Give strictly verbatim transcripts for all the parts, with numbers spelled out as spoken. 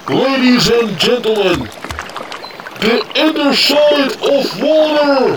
Ladies and gentlemen, the inner side of water.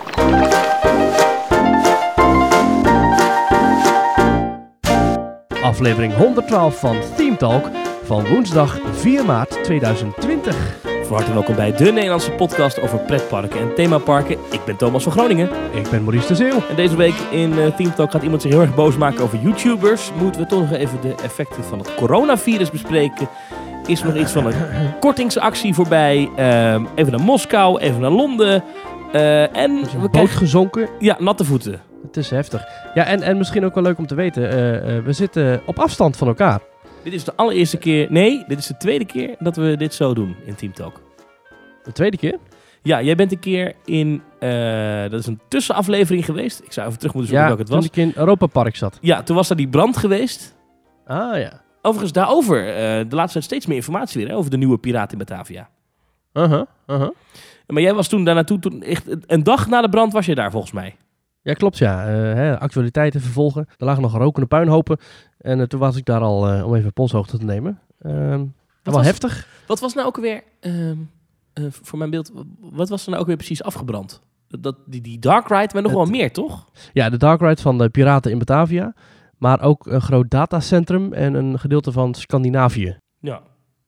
Aflevering honderdtwaalf van Theme Talk van woensdag vier maart tweeduizend twintig. Van harte welkom bij de Nederlandse podcast over pretparken en themaparken. Ik ben Thomas van Groningen. Ik ben Maurice de Zeeuw. En deze week in uh, Theme Talk gaat iemand zich heel erg boos maken over YouTubers. Moeten we toch nog even de effecten van het coronavirus bespreken. Is er nog iets van een kortingsactie voorbij. Uh, even naar Moskou, even naar Londen. Uh, en we boot krijgen gezonken. Ja, natte voeten. Het is heftig. Ja, en, en misschien ook wel leuk om te weten. Uh, uh, we zitten op afstand van elkaar. Dit is de allereerste keer, nee, dit is de tweede keer dat we dit zo doen in Theme Talk. De tweede keer? Ja, jij bent een keer in, uh, dat is een tussenaflevering geweest. Ik zou even terug moeten zoeken ja, welke het was. toen ik in Europa Park zat. Ja, toen was daar die brand geweest. Ah ja. Overigens daarover, uh, de laatste tijd steeds meer informatie weer, hè, over de nieuwe piraat in Batavia. Uh-huh, uh-huh. Maar jij was toen daar naartoe, toen echt een dag na de brand was je daar volgens mij. Ja, klopt ja. Uh, hè, actualiteiten vervolgen. Er lagen nog rokende puinhopen. En uh, toen was ik daar al uh, om even polshoogte te nemen. Uh, wel was, heftig. Wat was nou ook weer, uh, uh, voor mijn beeld, wat was er nou ook weer precies afgebrand? Dat, die, die Dark Ride, maar nog Het, wel meer, toch? Ja, de Dark Ride van de piraten in Batavia. Maar ook een groot datacentrum en een gedeelte van Scandinavië. Ja.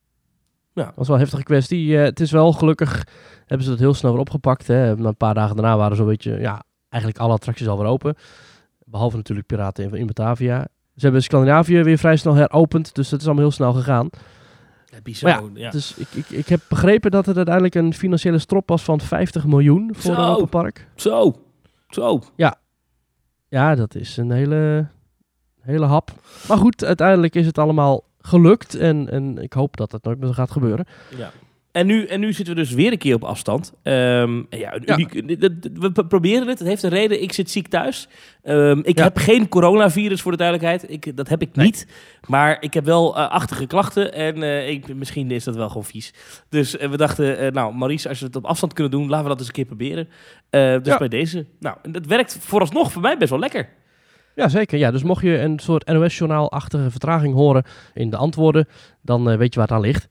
Ja. Dat was wel een heftige kwestie. Uh, het is wel gelukkig, hebben ze dat heel snel weer opgepakt. Hè. Na een paar dagen daarna waren zo'n beetje, ja, eigenlijk alle attracties alweer open. Behalve natuurlijk piraten in, in Batavia. Ze hebben Scandinavië weer vrij snel heropend, dus dat is allemaal heel snel gegaan. Ja, bizar. Ja, ja. Dus ik, ik, ik heb begrepen dat het uiteindelijk een financiële strop was van vijftig miljoen voor Zo. Europa Park. Zo, zo. Ja. Ja, dat is een hele, hele hap. Maar goed, uiteindelijk is het allemaal gelukt en, en ik hoop dat het nooit meer gaat gebeuren. Ja. En nu, en nu zitten we dus weer een keer op afstand. Um, ja, ja. Uniek, we proberen het. Het heeft een reden. Ik zit ziek thuis. Um, ik ja. heb geen coronavirus voor de duidelijkheid. Ik, dat heb ik nee. niet. Maar ik heb wel uh, achtige klachten. En uh, ik, misschien is dat wel gewoon vies. Dus uh, we dachten, uh, nou Maurice, als we het op afstand kunnen doen, laten we dat eens een keer proberen. Uh, dus ja. bij deze. Nou, en dat werkt vooralsnog voor mij best wel lekker. Ja, zeker. Ja, dus mocht je een soort N O S-journaal-achtige vertraging horen in de antwoorden, dan uh, weet je waar het aan ligt.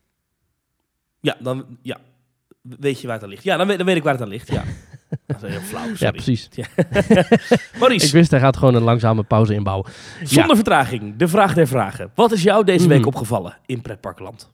Ja, dan ja. weet je waar het aan ligt. Ja, dan weet, dan weet ik waar het aan ligt. Ja, dat is heel flauw. Sorry. Ja, precies. Ja. Maurice. Ik wist, hij gaat gewoon een langzame pauze inbouwen. Zonder ja. vertraging, de vraag der vragen. Wat is jou deze week mm. opgevallen in pretparkland?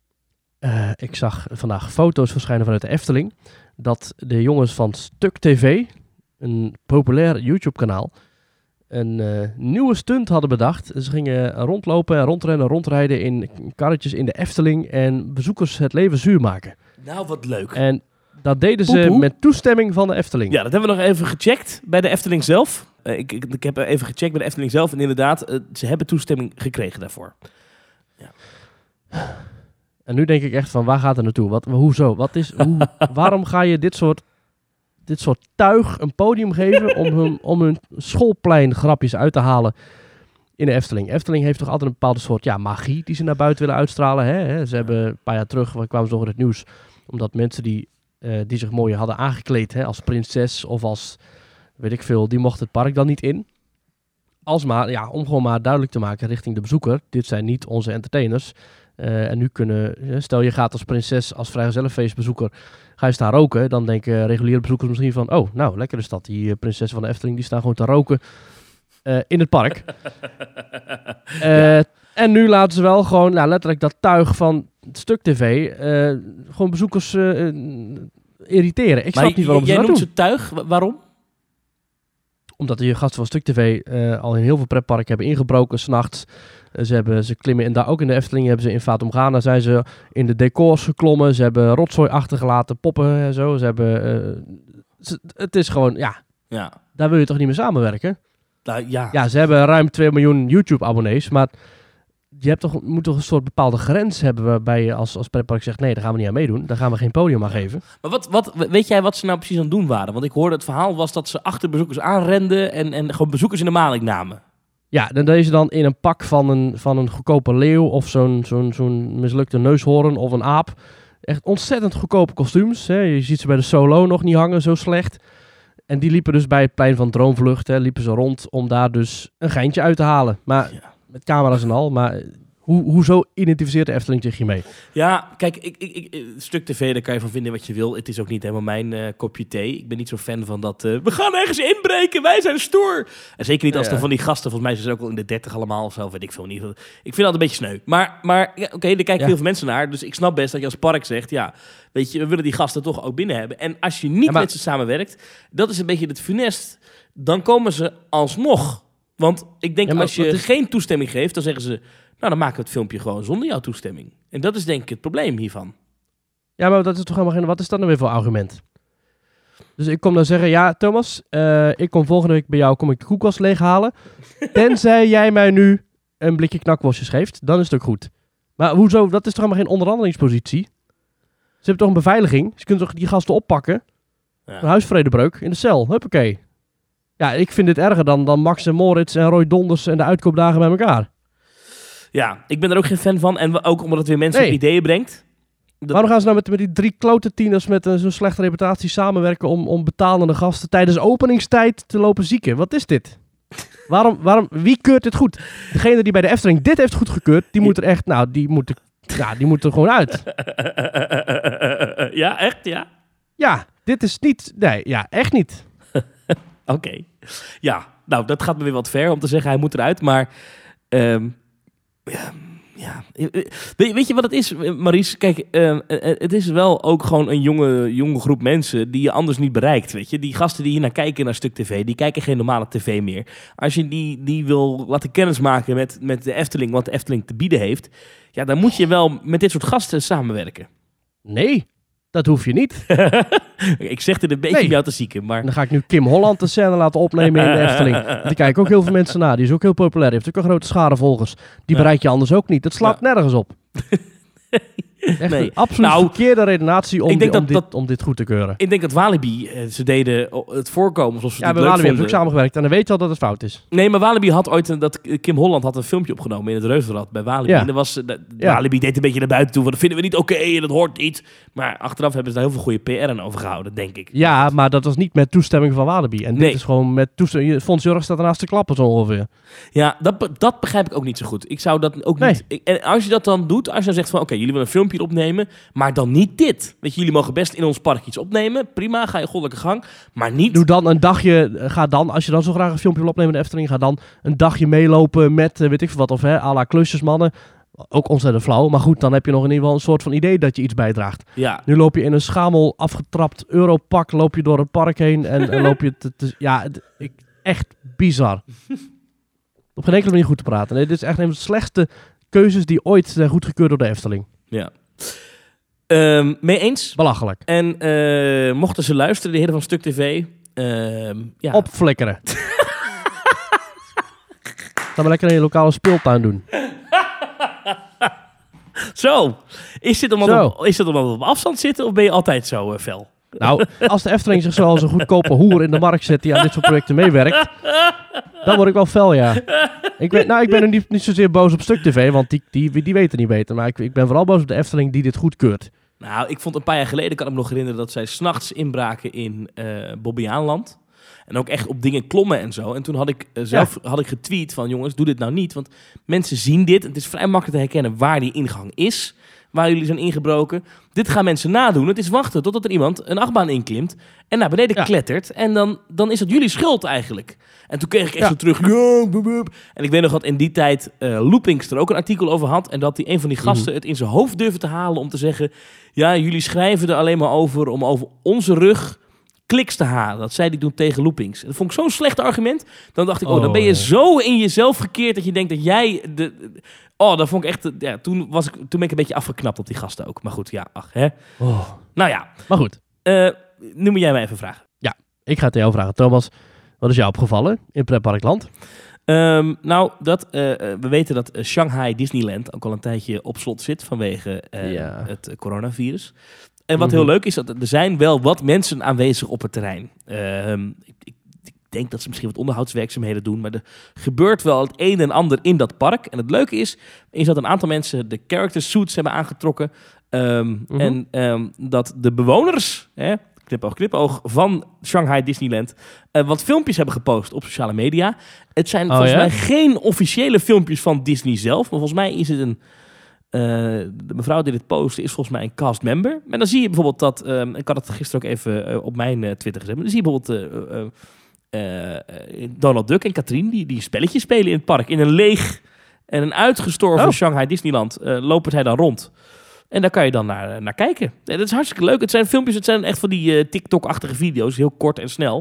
Uh, ik zag vandaag foto's verschijnen vanuit de Efteling. Dat de jongens van Stuk T V, een populair YouTube-kanaal, een uh, nieuwe stunt hadden bedacht. Ze gingen rondlopen, rondrennen, rondrijden in karretjes in de Efteling en bezoekers het leven zuur maken. Nou, wat leuk. En dat deden ze Poepoe. met toestemming van de Efteling. Ja, dat hebben we nog even gecheckt bij de Efteling zelf. Uh, ik, ik, ik heb even gecheckt bij de Efteling zelf en inderdaad, uh, ze hebben toestemming gekregen daarvoor. Ja. En nu denk ik echt van, waar gaat het naartoe? Wat, hoezo? Wat is, hoe, waarom ga je dit soort... dit soort tuig een podium geven om hun, om hun schoolplein grapjes uit te halen in de Efteling. Efteling heeft toch altijd een bepaalde soort ja, magie die ze naar buiten willen uitstralen. Hè? Ze hebben een paar jaar terug, we kwamen zo over het nieuws, omdat mensen die, uh, die zich mooi hadden aangekleed hè, als prinses of als, weet ik veel, die mochten het park dan niet in. Als maar, ja, om gewoon maar duidelijk te maken richting de bezoeker, dit zijn niet onze entertainers. Uh, en nu kunnen, stel je gaat als prinses, als vrijgezellenfeestbezoeker, ga je staan roken, dan denken reguliere bezoekers misschien van, oh, nou, lekker is dat. Die uh, prinsessen van de Efteling, die staan gewoon te roken uh, in het park. uh, ja. En nu laten ze wel gewoon, nou, letterlijk dat tuig van het Stuk T V, uh, gewoon bezoekers uh, uh, irriteren. Ik maar snap niet waarom j- ze jij dat noemt doen. ze tuig, waarom? Omdat de gasten van Stuk T V uh, al in heel veel pretparken hebben ingebroken, 's nachts. Uh, ze, hebben, ze klimmen en daar ook in de Efteling hebben ze in Fatum Ghana zijn ze in de decors geklommen. Ze hebben rotzooi achtergelaten, poppen en zo. Ze hebben, uh, ze, het is gewoon, ja, ja, daar wil je toch niet mee samenwerken? Nou, ja. Ja, ze hebben ruim twee miljoen YouTube-abonnees, maar je hebt toch, moet toch een soort bepaalde grens hebben waarbij je als, als pretpark zegt, nee, daar gaan we niet aan meedoen. Daar gaan we geen podium aan geven. Maar wat, wat, weet jij wat ze nou precies aan het doen waren? Want ik hoorde het verhaal was dat ze achter bezoekers aanrenden en, en gewoon bezoekers in de maling namen. Ja, dan deed ze dan in een pak van een, van een goedkope leeuw of zo'n, zo'n, zo'n mislukte neushoorn of een aap. Echt ontzettend goedkope kostuums. Hè. Je ziet ze bij de Solo nog niet hangen, zo slecht. En die liepen dus bij het plein van Droomvlucht, hè, liepen ze rond om daar dus een geintje uit te halen. Maar Ja. met camera's en al, maar Hoe, hoezo identificeert de Efteling zich hiermee? Ja, kijk, ik, ik, ik, een stuk tv, daar kan je van vinden wat je wil. Het is ook niet helemaal mijn uh, kopje thee. Ik ben niet zo fan van dat, uh, we gaan ergens inbreken, wij zijn stoer. En zeker niet als ja. er van die gasten, volgens mij zijn ze ook al in de dertig allemaal of zo, weet ik veel niet. Ik vind dat een beetje sneu. Maar, maar ja, oké, okay, daar kijken ja. heel veel mensen naar. Dus ik snap best dat je als park zegt, ja, weet je, we willen die gasten toch ook binnen hebben. En als je niet ja, maar... met ze samenwerkt, dat is een beetje het funest, dan komen ze alsnog. Want ik denk, ja, als je is... geen toestemming geeft, dan zeggen ze, nou, dan maken we het filmpje gewoon zonder jouw toestemming. En dat is denk ik het probleem hiervan. Ja, maar dat is toch helemaal geen... Wat is dat nou weer voor argument? Dus ik kom dan zeggen, ja, Thomas, uh, ik kom volgende week bij jou, kom ik de koelkast leeghalen. Tenzij jij mij nu een blikje knakworstjes geeft, dan is het ook goed. Maar hoezo? Dat is toch helemaal geen onderhandelingspositie? Ze hebben toch een beveiliging? Ze kunnen toch die gasten oppakken? Ja. Een huisvredebreuk in de cel, huppakee. Ja, ik vind dit erger dan, dan Max en Moritz en Roy Donders en de uitkoopdagen bij elkaar. Ja, ik ben er ook geen fan van. En ook omdat het weer mensen nee. op ideeën brengt. Dat... Waarom gaan ze nou met, met die drie klote tieners met uh, zo'n slechte reputatie samenwerken om, om betalende gasten tijdens openingstijd te lopen zieken? Wat is dit? waarom, waarom, wie keurt dit goed? Degene die bij de Efteling dit heeft goedgekeurd, die moet er echt, nou, die moet er, ja, die moet er gewoon uit. Ja, echt, ja? Ja, dit is niet, nee, ja, echt niet. Oké. Okay. Ja, nou, dat gaat me weer wat ver om te zeggen, hij moet eruit, maar... Um... Ja, ja. Weet je wat het is, Maurice? Kijk, uh, het is wel ook gewoon een jonge, jonge groep mensen die je anders niet bereikt, weet je. Die gasten die hier naar kijken, naar Stuk T V, die kijken geen normale tv meer. Als je die, die wil laten kennismaken met, met de Efteling, wat de Efteling te bieden heeft, ja, dan moet je wel met dit soort gasten samenwerken. Nee, dat hoef je niet. Ik zeg dit een beetje nee. om jou te zieken, maar... Dan ga ik nu Kim Holland de scène laten opnemen in de Efteling. Die kijken ook heel veel mensen naar. Die is ook heel populair. Die heeft ook een grote schare volgers. Die ja. bereik je anders ook niet. Dat slaat ja. nergens op. Echt nee. een absoluut nou, verkeerde redenatie om, die, om, dat, dit, dat, om dit goed te keuren. Ik denk dat Walibi, ze deden het voorkomen zoals ze ja, het leuk Walibi vonden. hebben ze ook samengewerkt en dan weet je al dat het fout is. Nee, maar Walibi had ooit, een, dat Kim Holland had een filmpje opgenomen in het Reuzenrad bij Walibi. Ja. En er was, de, ja. Walibi deed een beetje naar buiten toe, want dat vinden we niet oké okay, en dat hoort niet. Maar achteraf hebben ze daar heel veel goede P R aan overgehouden, denk ik. Ja, maar dat was niet met toestemming van Walibi. En nee. dit is gewoon met toestemming. Fons Jurgen staat ernaast te klappen zo ongeveer. Ja, dat, dat begrijp ik ook niet zo goed. Ik zou dat ook nee. niet... Ik, en als je dat dan doet, als je dan zegt van oké, okay, jullie willen een filmpje opnemen, maar dan niet dit. Weet je, jullie mogen best in ons park iets opnemen. Prima, ga je goddelijke gang. Maar niet... Doe dan een dagje, ga dan, als je dan zo graag een filmpje wil opnemen in de Efteling, ga dan een dagje meelopen met, weet ik veel wat, of hè, à la klusjesmannen. Ook ontzettend flauw, maar goed, dan heb je nog in ieder geval een soort van idee dat je iets bijdraagt. Ja. Nu loop je in een schamel afgetrapt Europak, loop je door het park heen en, en loop je... Te, te, ja, het, ik, echt bizar. Op geen enkele manier goed te praten. Nee, dit is echt een van de slechtste keuzes die ooit zijn goedgekeurd door de Efteling. Ja. Um, mee eens. Belachelijk. En uh, mochten ze luisteren, de heren van Stuk T V... Uh, ja. Opflikkeren. Ga maar lekker in je lokale speeltuin doen. Zo. Is dit omdat, zo. Op, is dit omdat we op afstand zitten of ben je altijd zo uh, fel? Nou, als de Efteling zich zo als een goedkope hoer in de markt zet die aan dit soort projecten meewerkt, dan word ik wel fel, ja. Ik ben, nou, ik ben er niet, niet zozeer boos op Stuk T V, want die, die, die weten niet beter. Maar ik, ik ben vooral boos op de Efteling die dit goedkeurt. Nou, ik vond een paar jaar geleden, kan ik me nog herinneren, dat zij 's nachts inbraken in uh, Bobbejaanland. En ook echt op dingen klommen en zo. En toen had ik uh, zelf ja. had ik getweet van, jongens, doe dit nou niet. Want mensen zien dit. Het is vrij makkelijk te herkennen waar die ingang is. Waar jullie zijn ingebroken. Dit gaan mensen nadoen. Het is wachten totdat er iemand een achtbaan inklimt en naar beneden ja. klettert. En dan, dan is het jullie schuld eigenlijk. En toen kreeg ik echt ja. zo terug. En ik weet nog dat in die tijd uh, Loopings er ook een artikel over had. En dat die een van die gasten mm. het in zijn hoofd durfde te halen om te zeggen, ja, jullie schrijven er alleen maar over om over onze rug kliks te halen. Dat zei die doen tegen Loopings. Dat vond ik zo'n slecht argument. Dan dacht ik, oh, oh dan ben je ja. zo in jezelf gekeerd dat je denkt dat jij de... de oh, dat vond ik echt... Ja, toen, was ik, toen ben ik een beetje afgeknapt op die gasten ook. Maar goed, ja, ach, hè. Oh. Nou ja. Maar goed. Uh, nu moet jij mij even vragen. Ja, ik ga het aan jou vragen. Thomas, wat is jou opgevallen in Pretparkland? Um, nou, dat, uh, we weten dat Shanghai Disneyland ook al een tijdje op slot zit vanwege uh, ja. het uh, coronavirus. En wat mm-hmm. heel leuk is, dat er zijn wel wat mensen aanwezig op het terrein. Uh, ik, ik, ik denk dat ze misschien wat onderhoudswerkzaamheden doen, maar er gebeurt wel het een en ander in dat park. En het leuke is, is dat een aantal mensen de character suits hebben aangetrokken. Um, mm-hmm. En um, dat de bewoners, hè, knipoog, knipoog van Shanghai Disneyland uh, wat filmpjes hebben gepost op sociale media. Het zijn oh, volgens ja? mij geen officiële filmpjes van Disney zelf, maar volgens mij is het een... Uh, de mevrouw die dit post is volgens mij een castmember. Maar dan zie je bijvoorbeeld dat... Um, ik had het gisteren ook even uh, op mijn uh, Twitter gezet. Maar dan zie je bijvoorbeeld uh, uh, uh, Donald Duck en Katrien... Die, die spelletjes spelen in het park. In een leeg en een uitgestorven oh. Shanghai Disneyland uh, lopen hij dan rond. En daar kan je dan naar, naar kijken. Ja, dat is hartstikke leuk. Het zijn filmpjes, het zijn echt van die uh, TikTok-achtige video's. Heel kort en snel.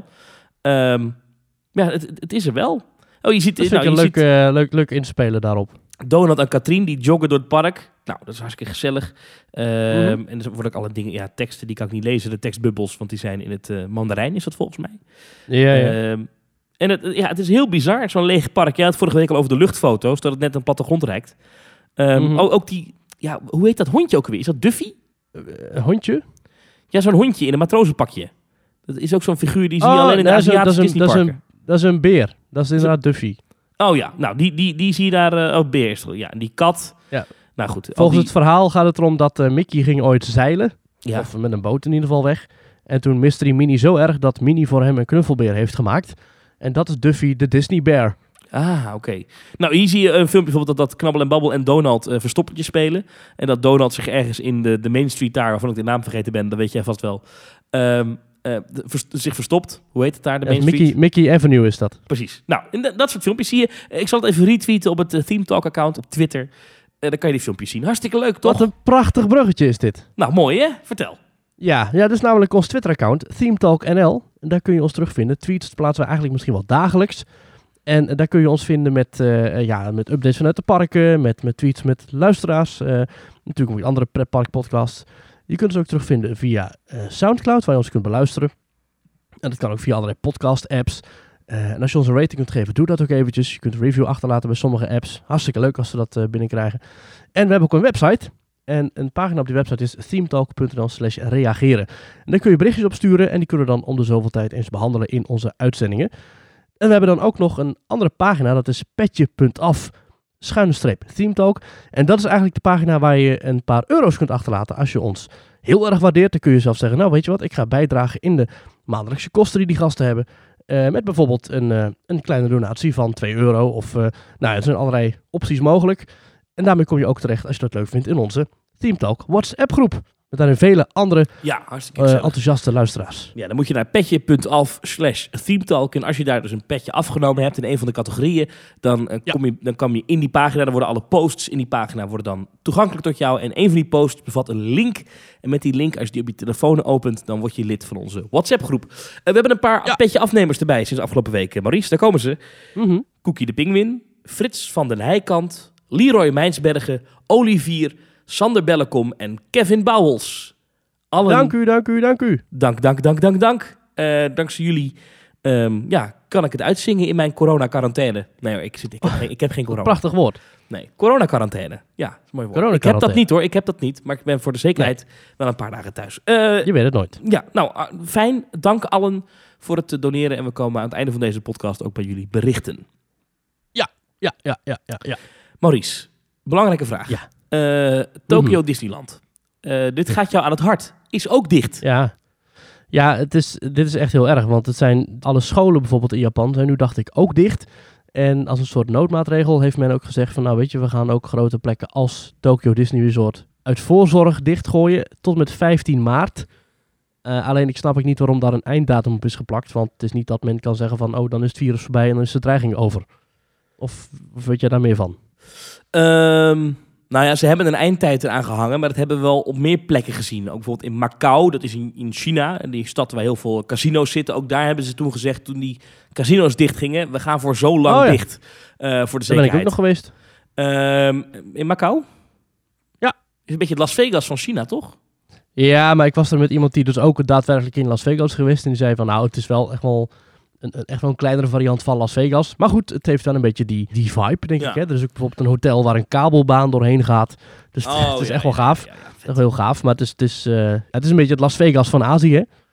Um, ja, het, het is er wel. Oh, je ziet... Dat vind nou, ik een leuk, ziet... uh, leuk, leuk inspelen daarop. Donald en Katrien, die joggen door het park. Nou, dat is hartstikke gezellig. Uh, mm-hmm. En er worden ook alle dingen, ja, teksten, die kan ik niet lezen. De tekstbubbels, want die zijn in het uh, Mandarijn, is dat volgens mij. Ja, ja. Uh, en het, ja, het is heel bizar, zo'n leeg park. Ja, het vorige week al over de luchtfoto's, dat het net een plattegrond reikt. Um, mm-hmm. ook, ook die, ja, hoe heet dat hondje ook weer? Is dat Duffy? Uh, hondje? Ja, zo'n hondje in een matrozenpakje. Dat is ook zo'n figuur, die zie je oh, alleen in de Aziatische Disneyparken. Dat, dat is een beer. Dat is inderdaad Duffy. Oh ja, nou, die, die, die zie je daar... Uh, oh, beer. Ja, en die kat... Ja. Nou goed. Volgens die... het verhaal gaat het erom dat uh, Mickey ging ooit zeilen. Ja. Of met een boot in ieder geval weg. En toen miste hij Minnie zo erg dat Minnie voor hem een knuffelbeer heeft gemaakt. En dat is Duffy de Disney Bear. Ah, oké. Okay. Nou, hier zie je een filmpje bijvoorbeeld dat, dat Knabbel en Babbel en Donald uh, verstoppertje spelen. En dat Donald zich ergens in de, de Main Street daar, waarvan ik de naam vergeten ben, dat weet jij vast wel... Um, Uh, vers- zich verstopt. Hoe heet het daar? De Main Mickey, Street? Mickey Avenue is dat. Precies. Nou, in de, dat soort filmpjes zie je. Ik zal het even retweeten op het uh, Theme Talk account op Twitter. Uh, dan kan je die filmpjes zien. Hartstikke leuk, toch? Wat een prachtig bruggetje is dit. Nou, mooi hè? Vertel. Ja, ja, dat is namelijk ons Twitter account, Theme Talk N L. En daar kun je ons terugvinden. Tweets plaatsen we eigenlijk misschien wel dagelijks. En uh, daar kun je ons vinden met, uh, ja, met updates vanuit de parken, met, met tweets met luisteraars. Uh, natuurlijk ook andere pretparkpodcasts. Je kunt ons ook terugvinden via uh, Soundcloud, waar je ons kunt beluisteren. En dat kan ook via allerlei podcast-apps. Uh, en als je ons een rating kunt geven, doe dat ook eventjes. Je kunt een review achterlaten bij sommige apps. Hartstikke leuk als we dat uh, binnenkrijgen. En we hebben ook een website. En een pagina op die website is themetalk.nl slash reageren. En daar kun je berichtjes op sturen. En die kunnen we dan om de zoveel tijd eens behandelen in onze uitzendingen. En we hebben dan ook nog een andere pagina. Dat is petje.af schuine streep themetalk. En dat is eigenlijk de pagina waar je een paar euro's kunt achterlaten als je ons heel erg waardeert. Dan kun je zelf zeggen, nou weet je wat, ik ga bijdragen in de maandelijkse kosten die die gasten hebben. Uh, met bijvoorbeeld een, uh, een kleine donatie van twee euro. Of, uh, nou, er zijn allerlei opties mogelijk. En daarmee kom je ook terecht, als je dat leuk vindt, in onze Theme Talk WhatsApp groep. Met daarin vele andere ja, hartstikke uh, enthousiaste luisteraars. Ja, dan moet je naar petje.af slash themetalk. En als je daar dus een petje afgenomen hebt in een van de categorieën, dan, uh, ja. kom je, dan kom je in die pagina. Dan worden alle posts in die pagina worden dan toegankelijk tot jou. En een van die posts bevat een link. En met die link, als je die op je telefoon opent, dan word je lid van onze WhatsApp groep. Uh, we hebben een paar ja. petje afnemers erbij sinds afgelopen week. Maurice, daar komen ze. Mm-hmm. Cookie de Pinguïn, Frits van den Heikant, Leroy Mijnsbergen, Olivier, Sander Bellekom en Kevin Bouwels. Allen... Dank u, dank u, dank u. Dank, dank, dank, dank, dank. Uh, dankzij jullie um, ja, kan ik het uitzingen in mijn corona-quarantaine. Nee, ik, zit, ik, heb, geen, ik heb geen corona. Prachtig woord. Nee, corona-quarantaine. Ja, dat is een mooi woord. Ik heb dat niet hoor, ik heb dat niet. Maar ik ben voor de zekerheid nee. wel een paar dagen thuis. Uh, Je weet het nooit. Ja, nou, uh, fijn. Dank allen voor het doneren. En we komen aan het einde van deze podcast ook bij jullie berichten. Ja, ja, ja, ja, ja. ja. Maurice, belangrijke vraag. Ja. Uh, Tokyo mm-hmm. Disneyland. Uh, dit gaat jou aan het hart. Is ook dicht. Ja, ja het is, dit is echt heel erg. Want het zijn alle scholen bijvoorbeeld in Japan zijn nu, dacht ik, ook dicht. En als een soort noodmaatregel heeft men ook gezegd van, nou weet je, we gaan ook grote plekken als Tokyo Disney Resort uit voorzorg dichtgooien tot met vijftien maart. Uh, alleen ik snap ik niet waarom daar een einddatum op is geplakt. Want het is niet dat men kan zeggen van, oh dan is het virus voorbij en dan is de dreiging over. Of, of weet jij daar meer van? Um... Nou ja, ze hebben een eindtijd eraan gehangen, maar dat hebben we wel op meer plekken gezien. Ook bijvoorbeeld in Macau, dat is in, in China, die stad waar heel veel casino's zitten. Ook daar hebben ze toen gezegd, toen die casino's dichtgingen, we gaan voor zo lang oh, ja. dicht. Uh, voor de zekerheid. Daar ben ik ook nog geweest. Uh, in Macau? Ja. Is een beetje het Las Vegas van China, toch? Ja, maar ik was er met iemand die dus ook daadwerkelijk in Las Vegas is geweest. En die zei van, nou, het is wel echt wel... Een, een, echt wel een kleinere variant van Las Vegas. Maar goed, het heeft wel een beetje die, die vibe, denk ja. ik. Hè? Er is ook bijvoorbeeld een hotel waar een kabelbaan doorheen gaat. Dus oh, het is ja, echt wel gaaf. Ja, ja, ja, echt heel gaaf. Maar het is, het, is, uh, het is een beetje het Las Vegas van Azië.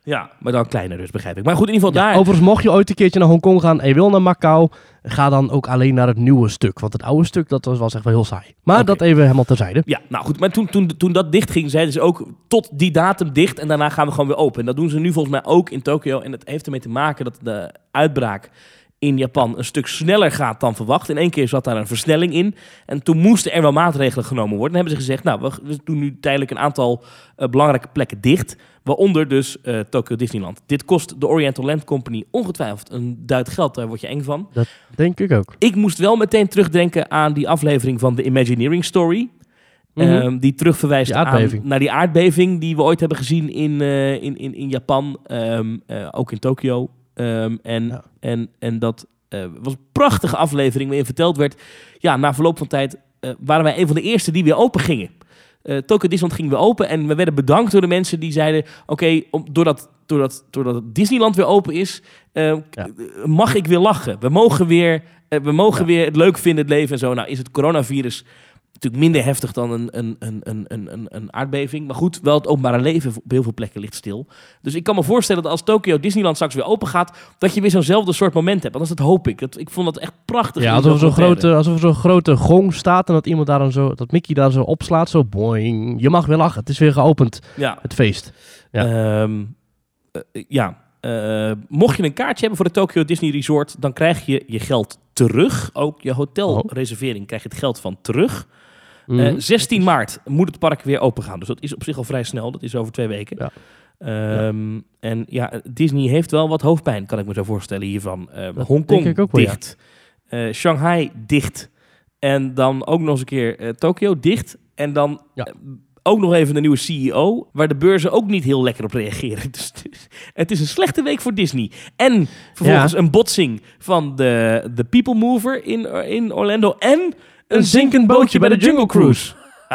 Ja, maar dan kleiner dus, begrijp ik. Maar goed, in ieder geval Ja, daar... overigens, mocht je ooit een keertje naar Hongkong gaan en je wil naar Macau, ga dan ook alleen naar het nieuwe stuk. Want het oude stuk, dat was, was echt wel heel saai. Maar Okay. dat even helemaal terzijde. Ja, nou goed, maar toen, toen, toen dat dicht ging, zeiden ze ook tot die datum dicht en daarna gaan we gewoon weer open. En dat doen ze nu volgens mij ook in Tokio. En dat heeft ermee te maken dat de uitbraak in Japan een stuk sneller gaat dan verwacht. In één keer zat daar een versnelling in. En toen moesten er wel maatregelen genomen worden. En hebben ze gezegd, nou, we, we doen nu tijdelijk een aantal uh, belangrijke plekken dicht. Waaronder dus uh, Tokyo Disneyland. Dit kost de Oriental Land Company ongetwijfeld een duit geld. Daar word je eng van. Dat denk ik ook. Ik moest wel meteen terugdenken aan die aflevering van The Imagineering Story. Mm-hmm. Um, die terugverwijst Die aan, naar die aardbeving die we ooit hebben gezien in, uh, in, in, in Japan. Um, uh, ook in Tokio. Um, en, Ja. en, en dat uh, was een prachtige aflevering waarin verteld werd... Ja, na verloop van tijd uh, waren wij een van de eerste die weer open gingen. Uh, Tokyo Disneyland ging weer open en we werden bedankt door de mensen die zeiden... Oké, okay, doordat, doordat, doordat Disneyland weer open is, uh, ja. mag ik weer lachen. We mogen weer, uh, we mogen ja. weer het leuk vinden, het leven en zo. Nou is het coronavirus natuurlijk minder heftig dan een, een, een, een, een, een aardbeving. Maar goed, wel het openbare leven op heel veel plekken ligt stil. Dus ik kan me voorstellen dat als Tokyo Disneyland straks weer open gaat, dat je weer zo'nzelfde soort moment hebt. Anders dat hoop ik. Dat, ik vond dat echt prachtig. Ja, alsof er zo'n grote, alsof er zo'n grote gong staat en dat iemand daar dan zo, dat Mickey daar zo opslaat, zo boing. Je mag weer lachen. Het is weer geopend. Ja. Het feest. Ja. Um, uh, ja. Uh, mocht je een kaartje hebben voor de Tokyo Disney Resort, dan krijg je je geld terug. Ook je hotelreservering oh. krijg je het geld van terug. Mm-hmm. Uh, zestien maart moet het park weer open gaan. Dus dat is op zich al vrij snel. Dat is over twee weken. Ja. Um, ja. En ja, Disney heeft wel wat hoofdpijn, kan ik me zo voorstellen hiervan. Uh, Hongkong dicht. Wel, ja. uh, Shanghai dicht. En dan ook nog eens een keer uh, Tokio dicht. En dan ja. uh, ook nog even een nieuwe C E O, waar de beurzen ook niet heel lekker op reageren. Dus het is een slechte week voor Disney. En vervolgens ja. een botsing van de, de People Mover in, in Orlando. En een zinkend bootje bij de Jungle Cruise.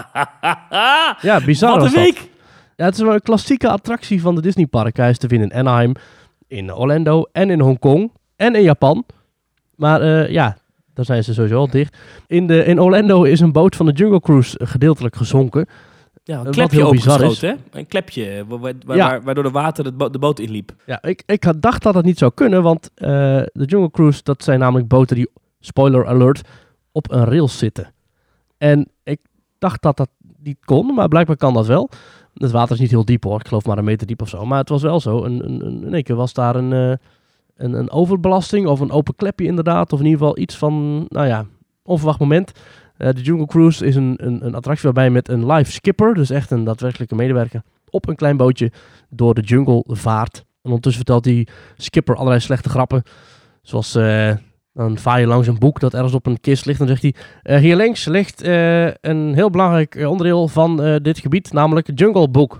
Ja, bizar. Wat een week. Ja, het is een klassieke attractie van de Disneyparken. Hij is te vinden in Anaheim, in Orlando en in Hongkong en in Japan. Maar uh, ja, daar zijn ze sowieso al dicht. In, de, in Orlando is een boot van de Jungle Cruise gedeeltelijk gezonken. Ja, een klepje opengeschoten, hè? Een klepje, wa- wa- ja. waardoor de water het bo- de boot inliep. Ja, ik, ik had dacht dat het niet zou kunnen, want uh, de Jungle Cruise, dat zijn namelijk boten die, spoiler alert, op een rails zitten. En ik dacht dat dat niet kon, maar blijkbaar kan dat wel. Het water is niet heel diep hoor, ik geloof maar een meter diep of zo. Maar het was wel zo, een, een, een, in één keer was daar een, uh, een, een overbelasting of een open klepje inderdaad. Of in ieder geval iets van, nou ja, onverwacht moment. Uh, de Jungle Cruise is een, een, een attractie waarbij je met een live skipper, dus echt een daadwerkelijke medewerker, op een klein bootje door de jungle vaart. En ondertussen vertelt die skipper allerlei slechte grappen. Zoals, uh, dan vaar je langs een boek dat ergens op een kist ligt. En dan zegt hij, uh, hier links ligt uh, een heel belangrijk onderdeel van uh, dit gebied, namelijk het Jungle Book.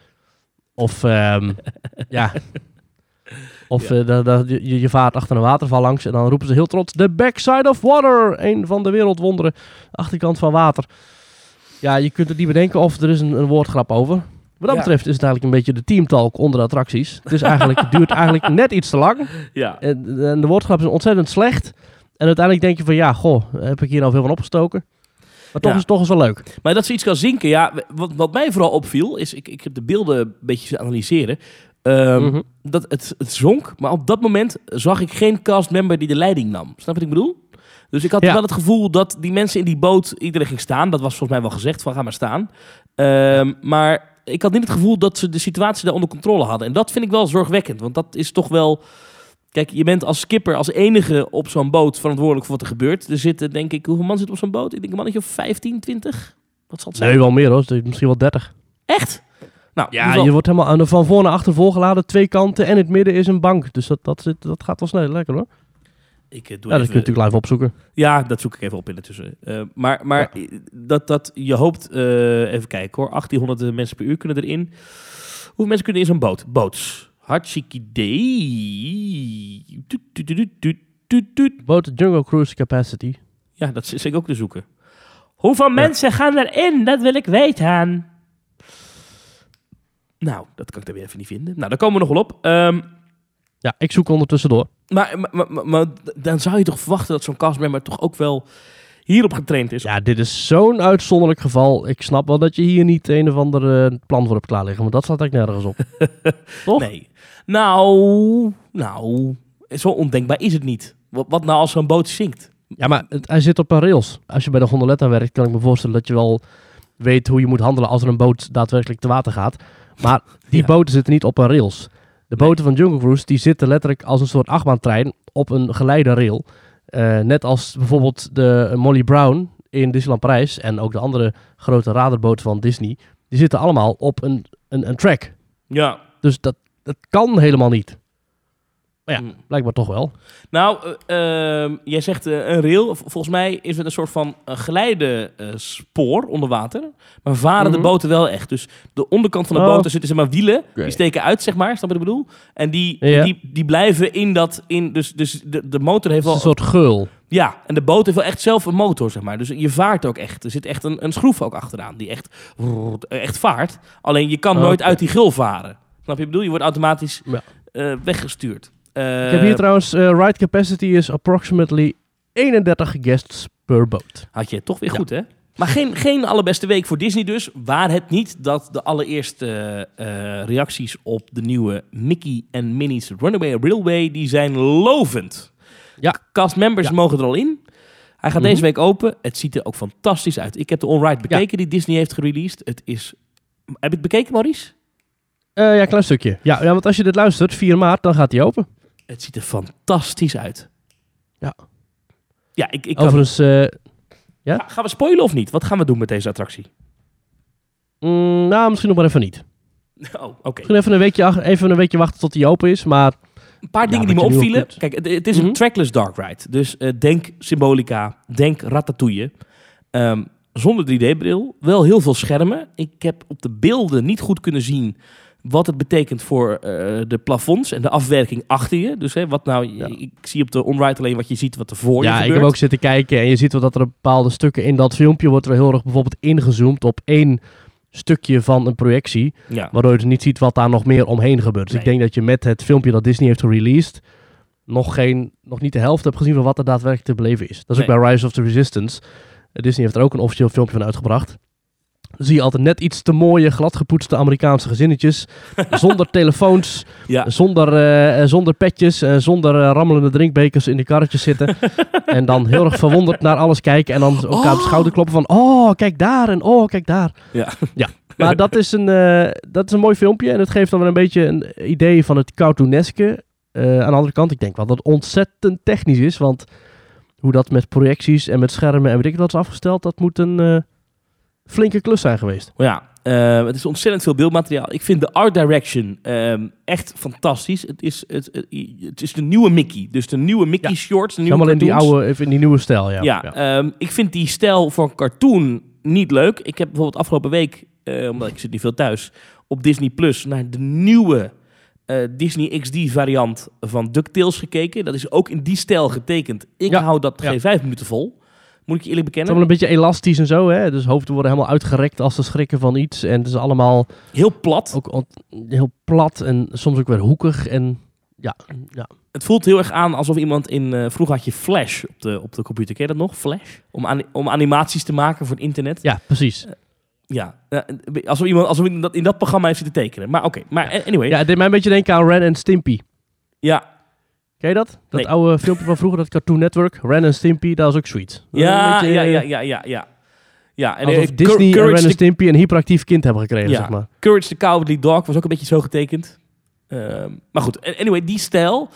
Of, um, ja... Of ja. uh, de, de, je, je vaart achter een waterval langs en dan roepen ze heel trots, the backside of water, een van de wereldwonderen, achterkant van water. Ja, je kunt het niet bedenken of er is een, een woordgrap over. Wat dat ja. betreft is het eigenlijk een beetje de teamtalk onder de attracties. Het is eigenlijk, het duurt eigenlijk net iets te lang. Ja. En, en de woordgrap is ontzettend slecht. En uiteindelijk denk je van, ja, goh, heb ik hier nou veel van opgestoken? Maar toch, ja. is, toch is wel leuk. Maar dat ze iets kan zinken, ja, wat, wat mij vooral opviel, is, ik, ik heb de beelden een beetje analyseren. Um, mm-hmm. dat het, het zonk, maar op dat moment zag ik geen castmember die de leiding nam. Snap je wat ik bedoel? Dus ik had ja. wel het gevoel dat die mensen in die boot, iedereen ging staan. Dat was volgens mij wel gezegd, van ga maar staan. Um, maar ik had niet het gevoel dat ze de situatie daar onder controle hadden. En dat vind ik wel zorgwekkend, want dat is toch wel... Kijk, je bent als skipper, als enige op zo'n boot verantwoordelijk voor wat er gebeurt. Er zitten, denk ik, hoeveel man zit op zo'n boot? Ik denk een mannetje of vijftien, twintig? Wat zal het zijn? Nee, wel meer hoor. Misschien wel dertig. Echt? Nou, ja, je wordt helemaal van voor naar achter volgeladen, twee kanten en in het midden is een bank. Dus dat, dat, zit, dat gaat wel snel, lekker hoor. Ik, uh, doe ja, even... dat kun je natuurlijk live opzoeken. Ja, dat zoek ik even op in intussen. Uh, maar maar ja. dat, dat je hoopt, uh, even kijken hoor, achttienhonderd mensen per uur kunnen erin. Hoeveel mensen kunnen in zo'n boot? Boots. Hartstikke idee. Boot Jungle Cruise Capacity. Ja, dat zit ik ook te zoeken. Hoeveel ja. mensen gaan erin? Dat wil ik weten. Nou, dat kan ik dan weer even niet vinden. Nou, daar komen we nog wel op. Um, ja, ik zoek ondertussen door. Maar, maar, maar, maar dan zou je toch verwachten dat zo'n castmember toch ook wel... hierop getraind is. Ja, dit is zo'n uitzonderlijk geval. Ik snap wel dat je hier niet een of ander uh, plan voor hebt klaar liggen. Want dat staat eigenlijk nergens op. Toch? Nee. Nou, nou, zo ondenkbaar is het niet. Wat, wat nou als zo'n boot zinkt? Ja, maar het, hij zit op een rails. Als je bij de gondoletta werkt, kan ik me voorstellen dat je wel weet hoe je moet handelen als er een boot daadwerkelijk te water gaat. Maar die Ja. boten zitten niet op een rails. De boten van Jungle Cruise, die zitten letterlijk als een soort achtbaantrein op een geleide rail. Uh, net als bijvoorbeeld de Molly Brown in Disneyland Parijs en ook de andere grote radarboten van Disney. Die zitten allemaal op een, een, een track. Ja. Dus dat, dat kan helemaal niet. Maar ja, Hmm. blijkbaar toch wel. Nou, uh, uh, jij zegt uh, een rail. V- volgens mij is het een soort van uh, geleide uh, spoor onder water. Maar varen Mm-hmm. de boten wel echt. Dus de onderkant van de Oh. boten zitten zeg maar wielen. Okay. Die steken uit, zeg maar. Snap je wat ik bedoel? En die, Ja. die, die blijven in dat... In, dus dus de, de motor heeft Het wel... is een soort geul. Ja, en de boot heeft wel echt zelf een motor, zeg maar. Dus je vaart ook echt. Er zit echt een, een schroef ook achteraan die echt, echt vaart. Alleen je kan Oh, nooit okay. uit die gul varen. Snap je wat ik bedoel? Je wordt automatisch Ja. uh, weggestuurd. Uh, Ik heb hier trouwens, uh, ride capacity is approximately eenendertig guests per boat. Had je het toch weer Ja. goed, hè? Maar geen, geen allerbeste week voor Disney dus. Waar het niet dat de allereerste uh, reacties op de nieuwe Mickey en Minnie's Runaway Railway, die zijn lovend. Ja. Castmembers Ja. mogen er al in. Hij gaat Mm-hmm. deze week open. Het ziet er ook fantastisch uit. Ik heb de on-ride bekeken ja. die Disney heeft gereleased. Het is... Heb je het bekeken, Maurice? Uh, ja, een klein stukje. Ja, ja, want als je dit luistert, vier maart, dan gaat hij open. Het ziet er fantastisch uit. Ja. Ja, ik, ik kan... Overigens... Uh, ja? Ga, gaan we spoilen of niet? Wat gaan we doen met deze attractie? Mm, nou, misschien nog maar even niet. Oh, oké. Okay. Misschien even een, weekje, even een weekje wachten tot hij open is, maar... Een paar ja, dingen die me opvielen. Kunt... Kijk, het, het is mm-hmm. een trackless dark ride. Dus uh, denk Symbolica, denk Ratatouille. Um, zonder drie D-bril. Wel heel veel schermen. Ik heb op de beelden niet goed kunnen zien wat het betekent voor uh, de plafonds en de afwerking achter je. Dus hè, wat nou, ja. ik zie op de on-ride alleen wat je ziet wat er voor ja, je gebeurt. Ja, ik heb ook zitten kijken en je ziet wel dat er bepaalde stukken in dat filmpje wordt er heel erg bijvoorbeeld ingezoomd op één stukje van een projectie, ja. waardoor je dus niet ziet wat daar nog meer omheen gebeurt. Dus Nee. ik denk dat je met het filmpje dat Disney heeft gereleased nog, geen, nog niet de helft hebt gezien van wat er daadwerkelijk te beleven is. Dat is Nee. ook bij Rise of the Resistance. Uh, Disney heeft er ook een officieel filmpje van uitgebracht. Dan zie je altijd net iets te mooie, gladgepoetste Amerikaanse gezinnetjes. Zonder telefoons, Ja. zonder, uh, zonder petjes, uh, zonder uh, rammelende drinkbekers in de karretjes zitten. En dan heel erg verwonderd naar alles kijken. En dan elkaar oh. op de schouder kloppen van, oh, kijk daar en oh, kijk daar. Ja. ja. Maar dat is, een, uh, dat is een mooi filmpje. En het geeft dan wel een beetje een idee van het cartooneske. Uh, aan de andere kant, ik denk wel dat het ontzettend technisch is. Want hoe dat met projecties en met schermen en weet ik wat is afgesteld, dat moet een... Uh, flinke klus zijn geweest. Ja, uh, het is ontzettend veel beeldmateriaal. Ik vind de art direction um, echt fantastisch. Het is, het, het, het is de nieuwe Mickey. Dus de nieuwe Mickey ja. shorts. De nieuwe Helemaal in die, oude, in die nieuwe stijl, ja. Ja, ja. Um, ik vind die stijl voor een cartoon niet leuk. Ik heb bijvoorbeeld afgelopen week, uh, omdat ik zit niet veel thuis, op Disney Plus naar de nieuwe uh, Disney X D variant van DuckTales gekeken. Dat is ook in die stijl getekend. Ik ja. hou dat ja. geen vijf minuten vol. Moet ik je eerlijk bekennen. Het is allemaal een beetje elastisch en zo, hè. Dus hoofden worden helemaal uitgerekt als ze schrikken van iets. En het is allemaal... Heel plat. Ook ont- heel plat en soms ook weer hoekig en... Ja, ja. Het voelt heel erg aan alsof iemand in... Uh, vroeger had je Flash op de, op de computer. Ken je dat nog? Flash? Om, an- om animaties te maken voor het internet. Ja, precies. Uh, ja, uh, alsof iemand alsof in, dat, in dat programma heeft zitten tekenen. Maar oké, okay. maar anyway. Ja, het deed mij een beetje denken aan Ren en Stimpy. Ja. Ken je dat? Dat nee. oude filmpje van vroeger, dat Cartoon Network. Ren en Stimpy, dat was ook zoiets. Ja, beetje, ja, ja, ja, ja, ja. ja en alsof uh, Disney Cur- en Ren en Stimpy een hyperactief kind hebben gekregen, ja. zeg maar. Courage the Cowardly Dog was ook een beetje zo getekend. Um, maar goed, anyway, die stijl.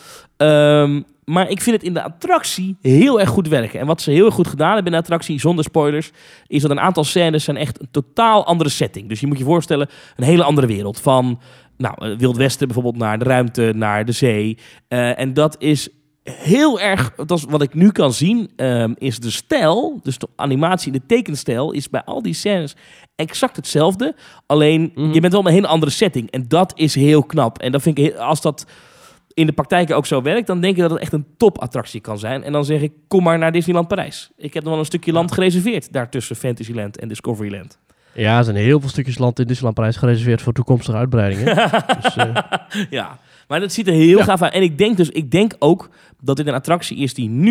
Um, maar ik vind het in de attractie heel erg goed werken. En wat ze heel erg goed gedaan hebben in de attractie, zonder spoilers, is dat een aantal scènes zijn echt een totaal andere setting. Dus je moet je voorstellen, een hele andere wereld. Van nou, Wild Westen bijvoorbeeld naar de ruimte, naar de zee. Uh, en dat is heel erg, dat is wat ik nu kan zien, um, is de stijl, dus de animatie, de tekenstijl, is bij al die scènes exact hetzelfde. Alleen, mm-hmm. je bent wel in een hele andere setting. En dat is heel knap. En dat vind ik, als dat in de praktijk ook zo werkt, dan denk ik dat het echt een topattractie kan zijn. En dan zeg ik, kom maar naar Disneyland Parijs. Ik heb nog wel een stukje land gereserveerd, daar tussen Fantasyland en Discoveryland. Ja, er zijn heel veel stukjes land in Disneyland Parijs gereserveerd voor toekomstige uitbreidingen. dus, uh... Ja, maar dat ziet er heel ja. gaaf uit. En ik denk dus, ik denk ook dat dit een attractie is die nu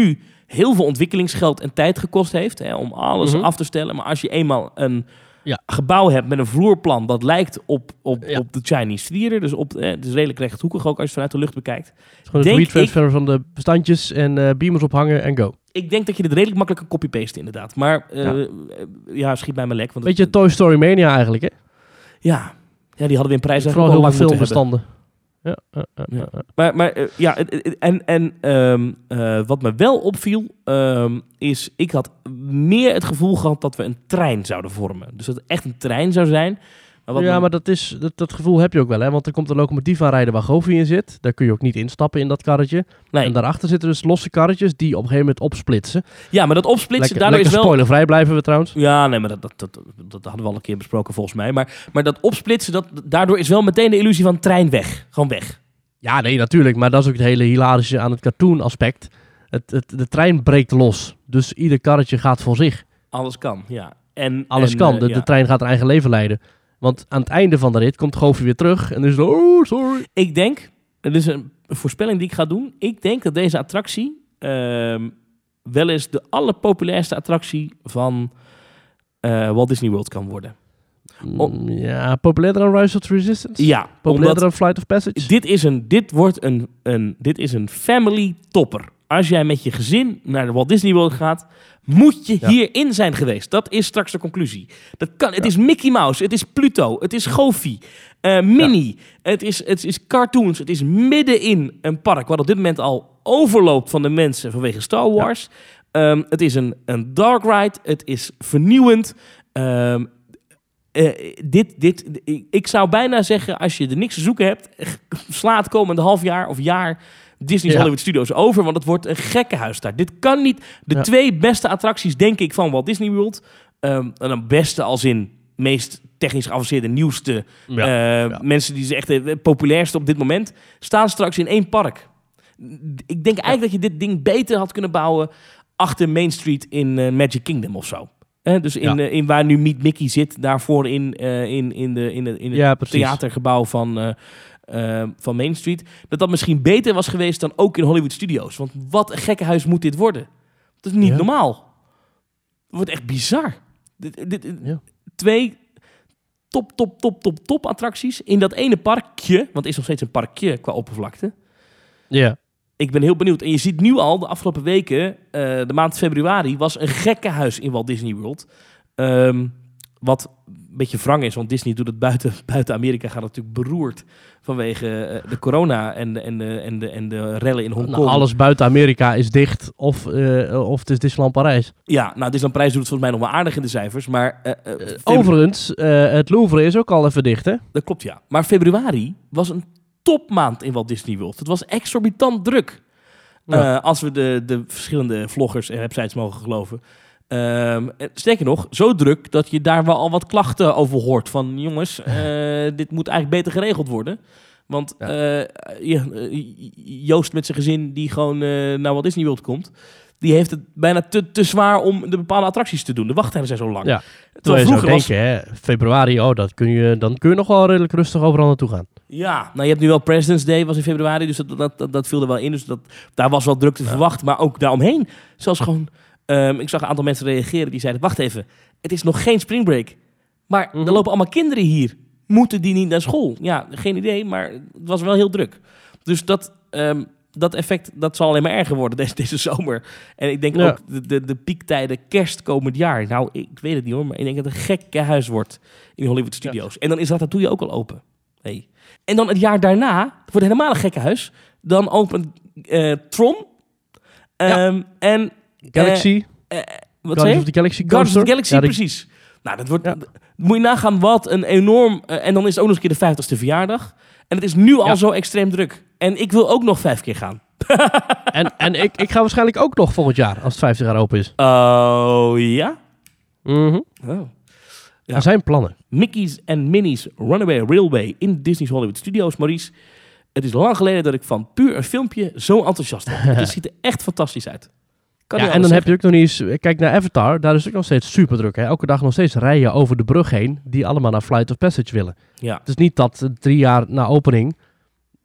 heel veel ontwikkelingsgeld en tijd gekost heeft, hè, om alles Mm-hmm. af te stellen. Maar als je eenmaal een Ja. gebouw hebt met een vloerplan dat lijkt op, op, Ja. op de Chinese Theater, dus op, eh, het is redelijk rechthoekig ook als je het vanuit de lucht bekijkt. Het is gewoon Denk een retransfer van de bestandjes en uh, beamers ophangen en go. Ik denk dat je dit redelijk makkelijk kan copy-pasten inderdaad. Maar uh, Ja. ja. ja, schiet bij me lek. Want Beetje het, Toy Story Mania eigenlijk, hè? ja. ja, die hadden we in prijs Vooral eigenlijk heel al veel lang moeten hebben. filmbestanden. Ja, uh, uh, uh, uh. Maar, maar uh, ja, het- het- en, en um, uh, wat me wel opviel, um, is ik had meer het gevoel gehad dat we een trein zouden vormen. Dus dat het echt een trein zou zijn. Maar wat ja, me- maar dat, is, dat, dat gevoel heb je ook wel, hè? Want er komt een locomotief aanrijden waar Goofy in zit. Daar kun je ook niet instappen in dat karretje. nee. En daarachter zitten dus losse karretjes die op een gegeven moment opsplitsen. Ja, maar dat opsplitsen, Lekker, daardoor lekker is wel... spoilervrij blijven we trouwens. Ja, nee, maar dat, dat, dat, dat hadden we al een keer besproken volgens mij. Maar, maar dat opsplitsen, dat, daardoor is wel meteen de illusie van trein weg. Gewoon weg. Ja, nee, natuurlijk. Maar dat is ook het hele hilarische aan het cartoon aspect. Het, het, de trein breekt los. Dus ieder karretje gaat voor zich. Alles kan, ja. En, Alles en, kan. uh, De, ja. de trein gaat haar eigen leven leiden. Want aan het einde van de rit komt Goofy weer terug. En dan is het, oh, sorry. Ik denk, het is een voorspelling die ik ga doen. Ik denk dat deze attractie ehm, wel eens de allerpopulairste attractie van eh, Walt Disney World kan worden. Oh. Mm, Ja, populairder dan Rise of the Resistance? Ja, Populairder omdat dan Flight of Passage? dit is een, dit wordt een, een, dit is een family topper. Als jij met je gezin naar de Walt Disney World gaat, moet je Ja. hierin zijn geweest. Dat is straks de conclusie. Dat kan, het Ja. is Mickey Mouse, het is Pluto, het is Goofy, eh, Minnie, het, is, het is cartoons, het is midden in een park wat op dit moment al overloopt van de mensen vanwege Star Wars. Ehm, het is een, een dark ride, het is vernieuwend. Ehm, eh, dit, dit, ik, ik zou bijna zeggen, als je er niks te zoeken hebt, sla het komende half jaar of jaar Disney's Ja. Hollywood Studios over, want het wordt een gekkenhuis daar. Dit kan niet. De Ja. twee beste attracties, denk ik, van Walt Disney World. Um, en dan beste als in meest technisch geavanceerde, nieuwste. Ja. eh, ja. Mensen die ze echt de populairste op dit moment staan straks in één park. Ik denk eigenlijk dat je dit ding beter had kunnen bouwen achter Main Street in eh, Magic Kingdom of zo. Eh, dus in, Ja. eh, in waar nu Meet Mickey zit, daarvoor in, eh, in, in, de, in, de, in het Ja, precies. theatergebouw van, uh, uh, van Main Street. Dat dat misschien beter was geweest dan ook in Hollywood Studios. Want wat een gekkenhuis moet dit worden? Dat is niet Ja. normaal. Het wordt echt bizar. Dit, dit, Ja. Twee top, top, top, top, top attracties in dat ene parkje. Want het is nog steeds een parkje qua oppervlakte. Ja. Ik ben heel benieuwd. En je ziet nu al, de afgelopen weken, uh, de maand februari, was een gekkenhuis in Walt Disney World. Um, wat een beetje wrang is, want Disney doet het buiten, buiten Amerika, gaat het natuurlijk beroerd vanwege uh, de corona en de, en, de, en, de, en de rellen in Hongkong. Nou, alles buiten Amerika is dicht of, uh, of het is Disneyland Parijs. Ja, nou, Disneyland Parijs doet het volgens mij nog wel aardig in de cijfers, maar... Uh, uh, Uh, overigens, uh, het Louvre is ook al even dicht, hè? Dat klopt, ja. Maar februari was een topmaand in Walt Disney World. Het was exorbitant druk. Ja. Uh, als we de, de verschillende vloggers en websites mogen geloven. Um, sterker nog, zo druk dat je daar wel al wat klachten over hoort. Van jongens, uh, dit moet eigenlijk beter geregeld worden. Want Ja. uh, ja, Joost met zijn gezin die gewoon uh, naar Walt Disney World komt, die heeft het bijna te, te zwaar om de bepaalde attracties te doen. De wachttijden zijn zo lang. Ja. Terwijl Terwijl je zou vroeger was... denken, hè, februari, oh, dat kun je, dan kun je nog wel redelijk rustig overal naartoe gaan. Ja, nou je hebt nu wel President's Day, was in februari, dus dat, dat, dat, dat viel er wel in. Dus dat, daar was wel druk te Ja. verwachten, maar ook daaromheen. Zelfs gewoon, um, ik zag een aantal mensen reageren die zeiden, wacht even, het is nog geen springbreak. Maar Mhm. er lopen allemaal kinderen hier. Moeten die niet naar school? Ja, geen idee, maar het was wel heel druk. Dus dat, um, dat effect, dat zal alleen maar erger worden deze, deze zomer. En ik denk Ja. ook de, de, de piektijden kerst komend jaar. Nou, ik weet het niet hoor, maar ik denk dat het een gekke huis wordt in Hollywood Studios. En dan is Ratatouille ook al open. Hey. En dan het jaar daarna, het wordt helemaal een gekke huis. Dan opent uh, Tron. Um, Ja. En... Galaxy, Uh, uh, wat Guardians zei of the Galaxy Guardians of the coaster. Galaxy, Ja, die- precies. Nou, dat wordt... Ja. Moet je nagaan wat een enorm... Uh, en dan is het ook nog eens een keer de vijftigste verjaardag. En het is nu al Ja. zo extreem druk. En ik wil ook nog vijf keer gaan. En, en ik, ik ga waarschijnlijk ook nog volgend jaar, als het vijftig jaar open is. Oh, ja? Mhm. Oh. Ja. Er zijn plannen. Mickey's en Minnie's Runaway Railway in Disney's Hollywood Studios, Maurice. Het is lang geleden dat ik van puur een filmpje zo enthousiast was. Het ziet er echt fantastisch uit. Kan Ja, je en dan heb je ook nog niet eens... Kijk naar Avatar, daar is het ook nog steeds super druk. Hè? Elke dag nog steeds rijden over de brug heen, die allemaal naar Flight of Passage willen. Ja. Het is niet dat eh, drie jaar na opening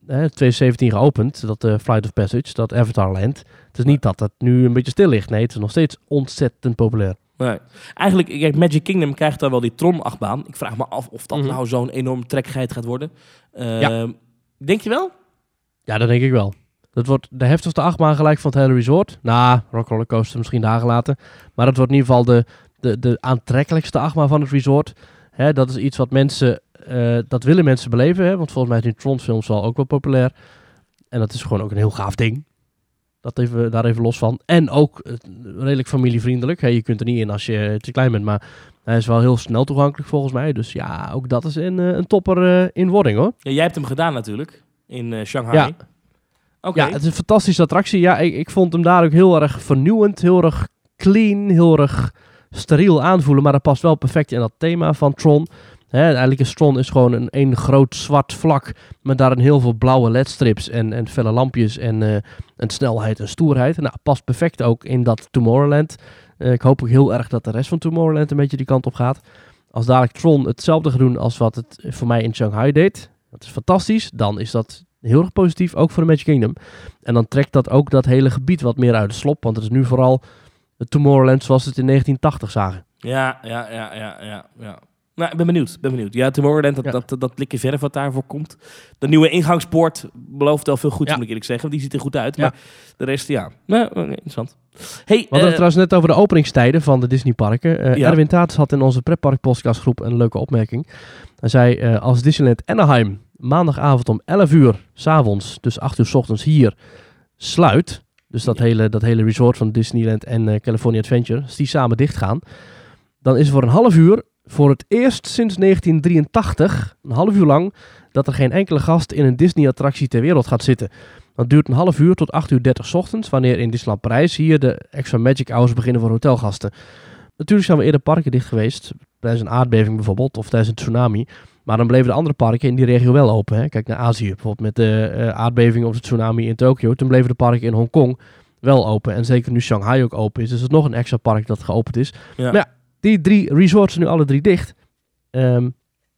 hè, twintig zeventien geopend, dat uh, Flight of Passage, dat Avatar Land. Het is niet dat het nu een beetje stil ligt. Nee, het is nog steeds ontzettend populair. Nee. Eigenlijk, kijk, Magic Kingdom krijgt dan wel die Tron-achtbaan. Ik vraag me af of dat mm-hmm. nou zo'n enorm trekkigheid gaat worden. Uh, ja. Denk je wel? Ja, dat denk ik wel. Dat wordt de heftigste achtbaan gelijk van het hele resort. Nou, Rock Roller Coaster misschien daar gelaten. Maar het wordt in ieder geval de, de, de aantrekkelijkste achtbaan van het resort. Hè, dat is iets wat mensen, uh, dat willen mensen beleven. Hè, want volgens mij is die Tron-films wel ook wel populair. En dat is gewoon ook een heel gaaf ding. Dat even, daar even los van. En ook uh, redelijk familievriendelijk. Hey, je kunt er niet in als je te klein bent, maar hij is wel heel snel toegankelijk volgens mij. Dus ja, ook dat is een, uh, een topper uh, in wording hoor. Ja, jij hebt hem gedaan natuurlijk, in uh, Shanghai. Ja. Okay. Ja, het is een fantastische attractie. Ja, ik, ik vond hem daar ook heel erg vernieuwend, heel erg clean, heel erg steriel aanvoelen. Maar dat past wel perfect in dat thema van Tron. Hè, eigenlijk is Tron is gewoon een, een groot zwart vlak met daarin heel veel blauwe ledstrips en, en felle lampjes en, uh, en snelheid en stoerheid. Nou, past perfect ook in dat Tomorrowland. Uh, ik hoop ook heel erg dat de rest van Tomorrowland een beetje die kant op gaat. Als dadelijk Tron hetzelfde gaat doen als wat het voor mij in Shanghai deed, dat is fantastisch, dan is dat heel erg positief, ook voor de Magic Kingdom. En dan trekt dat ook dat hele gebied wat meer uit de slop, want het is nu vooral het Tomorrowland zoals we het in negentien tachtig zagen. Ja, ja, ja, ja, ja, ja. Nou, ik ben benieuwd, ben benieuwd. Ja, Tomorrowland, dat, ja. dat, dat, dat blikje verf wat daarvoor komt. De nieuwe ingangspoort belooft wel veel goed, ja. moet ik eerlijk zeggen. Die ziet er goed uit, ja. maar de rest, ja. Nou, okay, interessant. Hey, we hadden uh, het trouwens net over de openingstijden van de Disneyparken. Uh, ja. Erwin Taats had in onze Pretpark podcastgroep een leuke opmerking. Hij zei, uh, als Disneyland Anaheim maandagavond om elf uur 's avonds, dus acht uur 's ochtends hier, sluit. Dus dat, ja. hele, dat hele resort van Disneyland en uh, California Adventure, als die samen dicht gaan, dan is er voor een half uur, voor het eerst sinds negentien drieëntachtig, een half uur lang, dat er geen enkele gast in een Disney-attractie ter wereld gaat zitten. Dat duurt een half uur tot acht uur dertig 's ochtends, wanneer in Disneyland Parijs hier de extra magic hours beginnen voor hotelgasten. Natuurlijk zijn we eerder parken dicht geweest, tijdens een aardbeving bijvoorbeeld, of tijdens een tsunami. Maar dan bleven de andere parken in die regio wel open. Hè? Kijk naar Azië, bijvoorbeeld met de uh, aardbeving of de tsunami in Tokio. Toen bleven de parken in Hongkong wel open. En zeker nu Shanghai ook open is. Dus het is nog een extra park dat geopend is. Ja. Maar ja, die drie resorts zijn nu alle drie dicht. Um,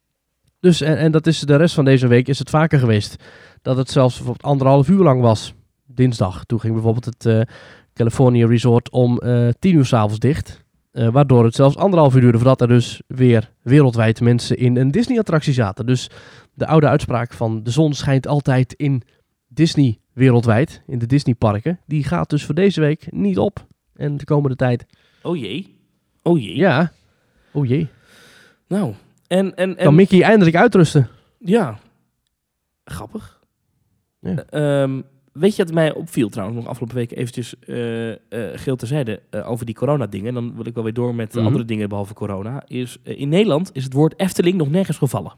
dus, en, en dat is de rest van deze week is het vaker geweest. Dat het zelfs bijvoorbeeld anderhalf uur lang was. Dinsdag. Toen ging bijvoorbeeld het uh, California Resort om uh, tien uur 's avonds dicht. Uh, waardoor het zelfs anderhalf uur duurde voordat er dus weer wereldwijd mensen in een Disney-attractie zaten. Dus de oude uitspraak van de zon schijnt altijd in Disney wereldwijd, in de Disney-parken, die gaat dus voor deze week niet op. En de komende tijd. Oh jee. Oh jee. Ja. Oh jee. Nou, en... en, en... Kan Mickey eindelijk uitrusten? Ja. Grappig. Ja. Um, Weet je wat mij opviel trouwens, nog afgelopen week eventjes uh, uh, geel terzijde uh, over die corona-dingen. En dan wil ik wel weer door met mm-hmm. andere dingen behalve corona. Is, uh, in Nederland is het woord Efteling nog nergens gevallen.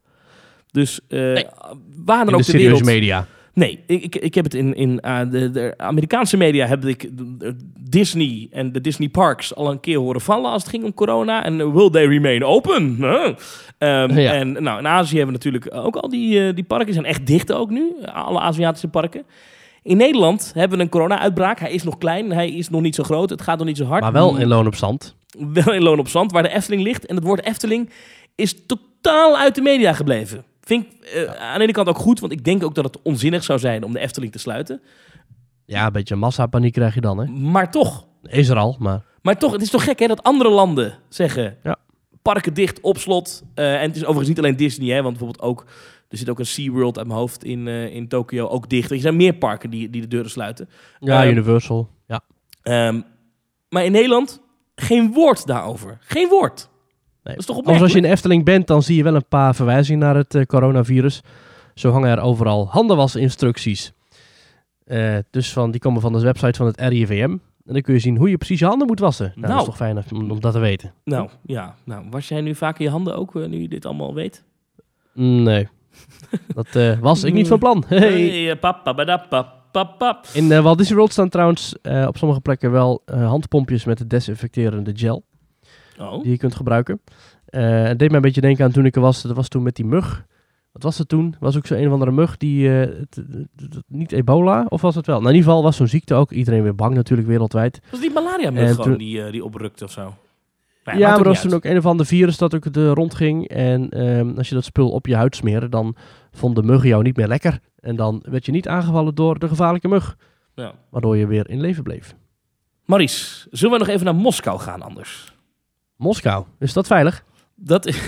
Dus uh, nee. waar dan in ook de, de serieuze wereld... media. Nee, ik, ik, ik heb het in, in uh, de, de Amerikaanse media heb ik Disney en de Disney Parks al een keer horen vallen als het ging om corona. En uh, will they remain open? Huh? Um, ja. En nou, in Azië hebben we natuurlijk ook al die, uh, die parken. zijn echt dicht ook nu, alle Aziatische parken. In Nederland hebben we een corona-uitbraak. Hij is nog klein, hij is nog niet zo groot. Het gaat nog niet zo hard. Maar wel in Loon op Zand. Wel in Loon op Zand, waar de Efteling ligt. En het woord Efteling is totaal uit de media gebleven. Vind ik uh, aan de ene kant ook goed, want ik denk ook dat het onzinnig zou zijn om de Efteling te sluiten. Ja, een beetje massapaniek krijg je dan, hè? Maar toch. Is er al, maar... Maar toch, het is toch gek, hè, dat andere landen zeggen... Ja. Parken dicht, op slot. Uh, en het is overigens niet alleen Disney, hè, want bijvoorbeeld ook... Er zit ook een SeaWorld uit mijn hoofd in, uh, in Tokio, ook dicht. Er zijn meer parken die, die de deuren sluiten. Ja, um, Universal, ja. Um, maar in Nederland, geen woord daarover. Geen woord. Nee. Dat is toch opmerkelijk. Als je in de Efteling bent, dan zie je wel een paar verwijzingen naar het uh, coronavirus. Zo hangen er overal handenwasinstructies. Uh, dus van, die komen van de website van het R I V M. En dan kun je zien hoe je precies je handen moet wassen. Nou, nou. Dat is toch fijn om, om dat te weten. Nou, ja. Nou, was jij nu vaker je handen ook, uh, nu je dit allemaal weet? Nee. Dat uh, was ik niet van plan. Hey. Hey, papa, papa, papa. In uh, Walt Disney World staan trouwens uh, op sommige plekken wel uh, handpompjes met de desinfecterende gel. Oh. Die je kunt gebruiken. Uh, het deed mij een beetje denken aan toen ik er was. Dat was toen met die mug. Wat was het toen? Was ook zo een of andere mug die... Uh, t, t, t, niet ebola? Of was het wel? Nou, in ieder geval was zo'n ziekte ook. Iedereen weer bang natuurlijk wereldwijd. Was die malaria-mug gewoon toen, die, uh, die oprukte of zo? Ja, ja maar er was toen ook een of ander virus dat ook de rondging. En um, als je dat spul op je huid smeerde, dan vonden muggen jou niet meer lekker. En dan werd je niet aangevallen door de gevaarlijke mug. Ja. Waardoor je weer in leven bleef. Maurice, zullen we nog even naar Moskou gaan anders? Moskou, is dat veilig? Dat is...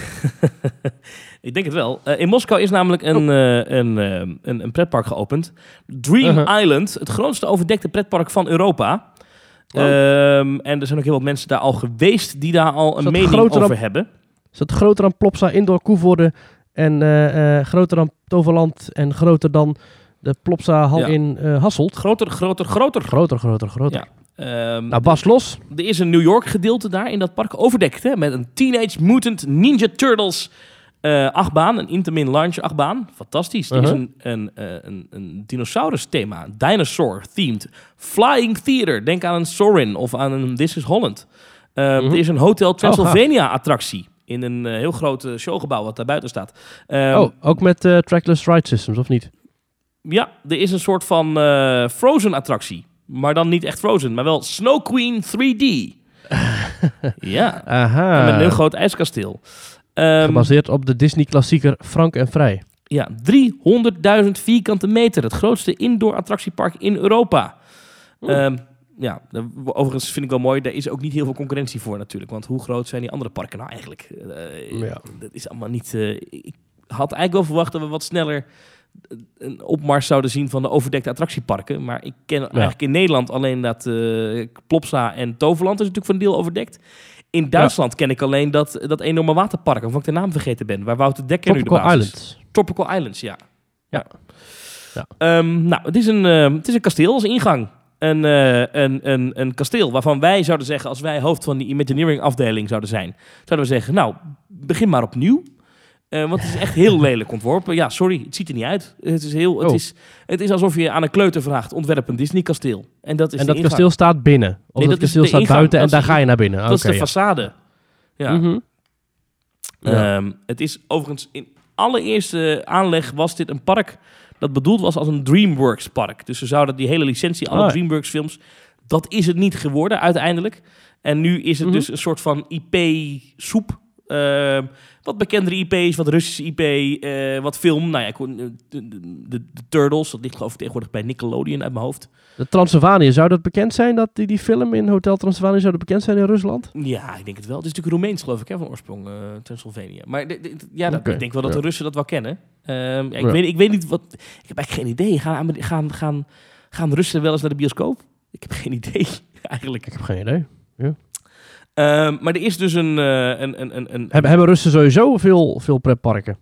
Ik denk het wel. Uh, in Moskou is namelijk een, Oh. uh, een, uh, een, een pretpark geopend. Dream Uh-huh. Island, het grootste overdekte pretpark van Europa. Oh. Um, en er zijn ook heel wat mensen daar al geweest die daar al een dat mening groter over dan- hebben. Is dat groter dan Plopsa Indoor Koevoorde en uh, uh, groter dan Toverland en groter dan de Plopsa Hal Ja. in uh, Hasselt? Groter, groter, groter. Groter, groter, groter. Ja. Um, Nou, Bas los. Er is een New York gedeelte daar in dat park overdekt. Hè, met een Teenage Mutant Ninja Turtles uh, achtbaan. Een Intamin Launch achtbaan. Fantastisch. Er is Uh-huh. een, een, uh, een, een dinosaurus thema. Dinosaur-themed. Flying Theater. Denk aan een Soarin' of aan een This is Holland. Uh, Mhm. Er is een Hotel Transylvania attractie. In een uh, heel groot uh, showgebouw wat daar buiten staat. Um, Oh, ook met uh, trackless ride systems, of niet? Ja, er is een soort van uh, Frozen attractie. Maar dan niet echt Frozen, maar wel Snow Queen drie D. Ja, Aha. met een heel groot ijskasteel. Um, Gebaseerd op de Disney-klassieker Frank en Vrij. ja, driehonderdduizend vierkante meter. Het grootste indoor attractiepark in Europa. Um, ja, de- overigens vind ik wel mooi, daar is ook niet heel veel concurrentie voor natuurlijk. Want hoe groot zijn die andere parken nou eigenlijk? Uh, Ja. Dat is allemaal niet... Uh, ik had eigenlijk wel verwacht dat we wat sneller een opmars zouden zien van de overdekte attractieparken. Maar ik ken eigenlijk in Nederland alleen dat uh, Plopsa en Toverland is natuurlijk voor een deel overdekt. In Duitsland ken ik alleen dat, dat enorme waterpark, waarvan ik de naam vergeten ben. Waar Wouter Dekker nu de Tropical baas is. Islands. Tropical Islands, ja. ja. Ja. Um, nou, het is, een, uh, het is een kasteel als ingang. Een, uh, een, een, een kasteel waarvan wij zouden zeggen, als wij hoofd van die Imagineering afdeling zouden zijn, zouden we zeggen, nou, begin maar opnieuw. Uh, want het is echt heel lelijk ontworpen. Ja, sorry, het ziet er niet uit. Het is, heel, het Oh. is, het is alsof je aan een kleuter vraagt, ontwerp een Disney kasteel. En dat is En de dat ingang. kasteel staat binnen. Of Nee, dat, dat is kasteel de staat ingang. buiten en Dat daar is- ga je naar binnen. Dat is Oké, de façade. Ja. ja. Mhm. Ja. Ehm, het is overigens in allereerste aanleg was dit een park dat bedoeld was als een DreamWorks park. Dus ze zouden die hele licentie, alle Ah, ja. DreamWorks films, dat is het niet geworden uiteindelijk. En nu is het Mhm. dus een soort van I P-soep. Ehm, wat bekendere I P's, wat Russische I P, eh, wat film. Nou ja, ik, hoor- de, de, de, de Turtles, dat ligt geloof ik tegenwoordig bij Nickelodeon uit mijn hoofd. De Transylvanië, zou dat bekend zijn? Dat die, die film in Hotel Transylvanië, zou dat bekend zijn in Rusland? Ja, ik denk het wel. Het is natuurlijk Roemeens, geloof ik, hè, van oorsprong, uh, Transylvania. Maar de, de- ja, dat, Oké, ik denk wel dat ja. de Russen dat wel kennen. Ehm, ja, ik, Ja. weet, ik weet niet wat... Ik heb eigenlijk geen idee. Gaan, gaan, gaan, gaan Russen wel eens naar de bioscoop? Ik heb geen idee, eigenlijk. Ik heb geen idee. Ehm, maar er is dus een... eh, een, een, een, een Hebben, hebben Russen sowieso veel, veel pretparken?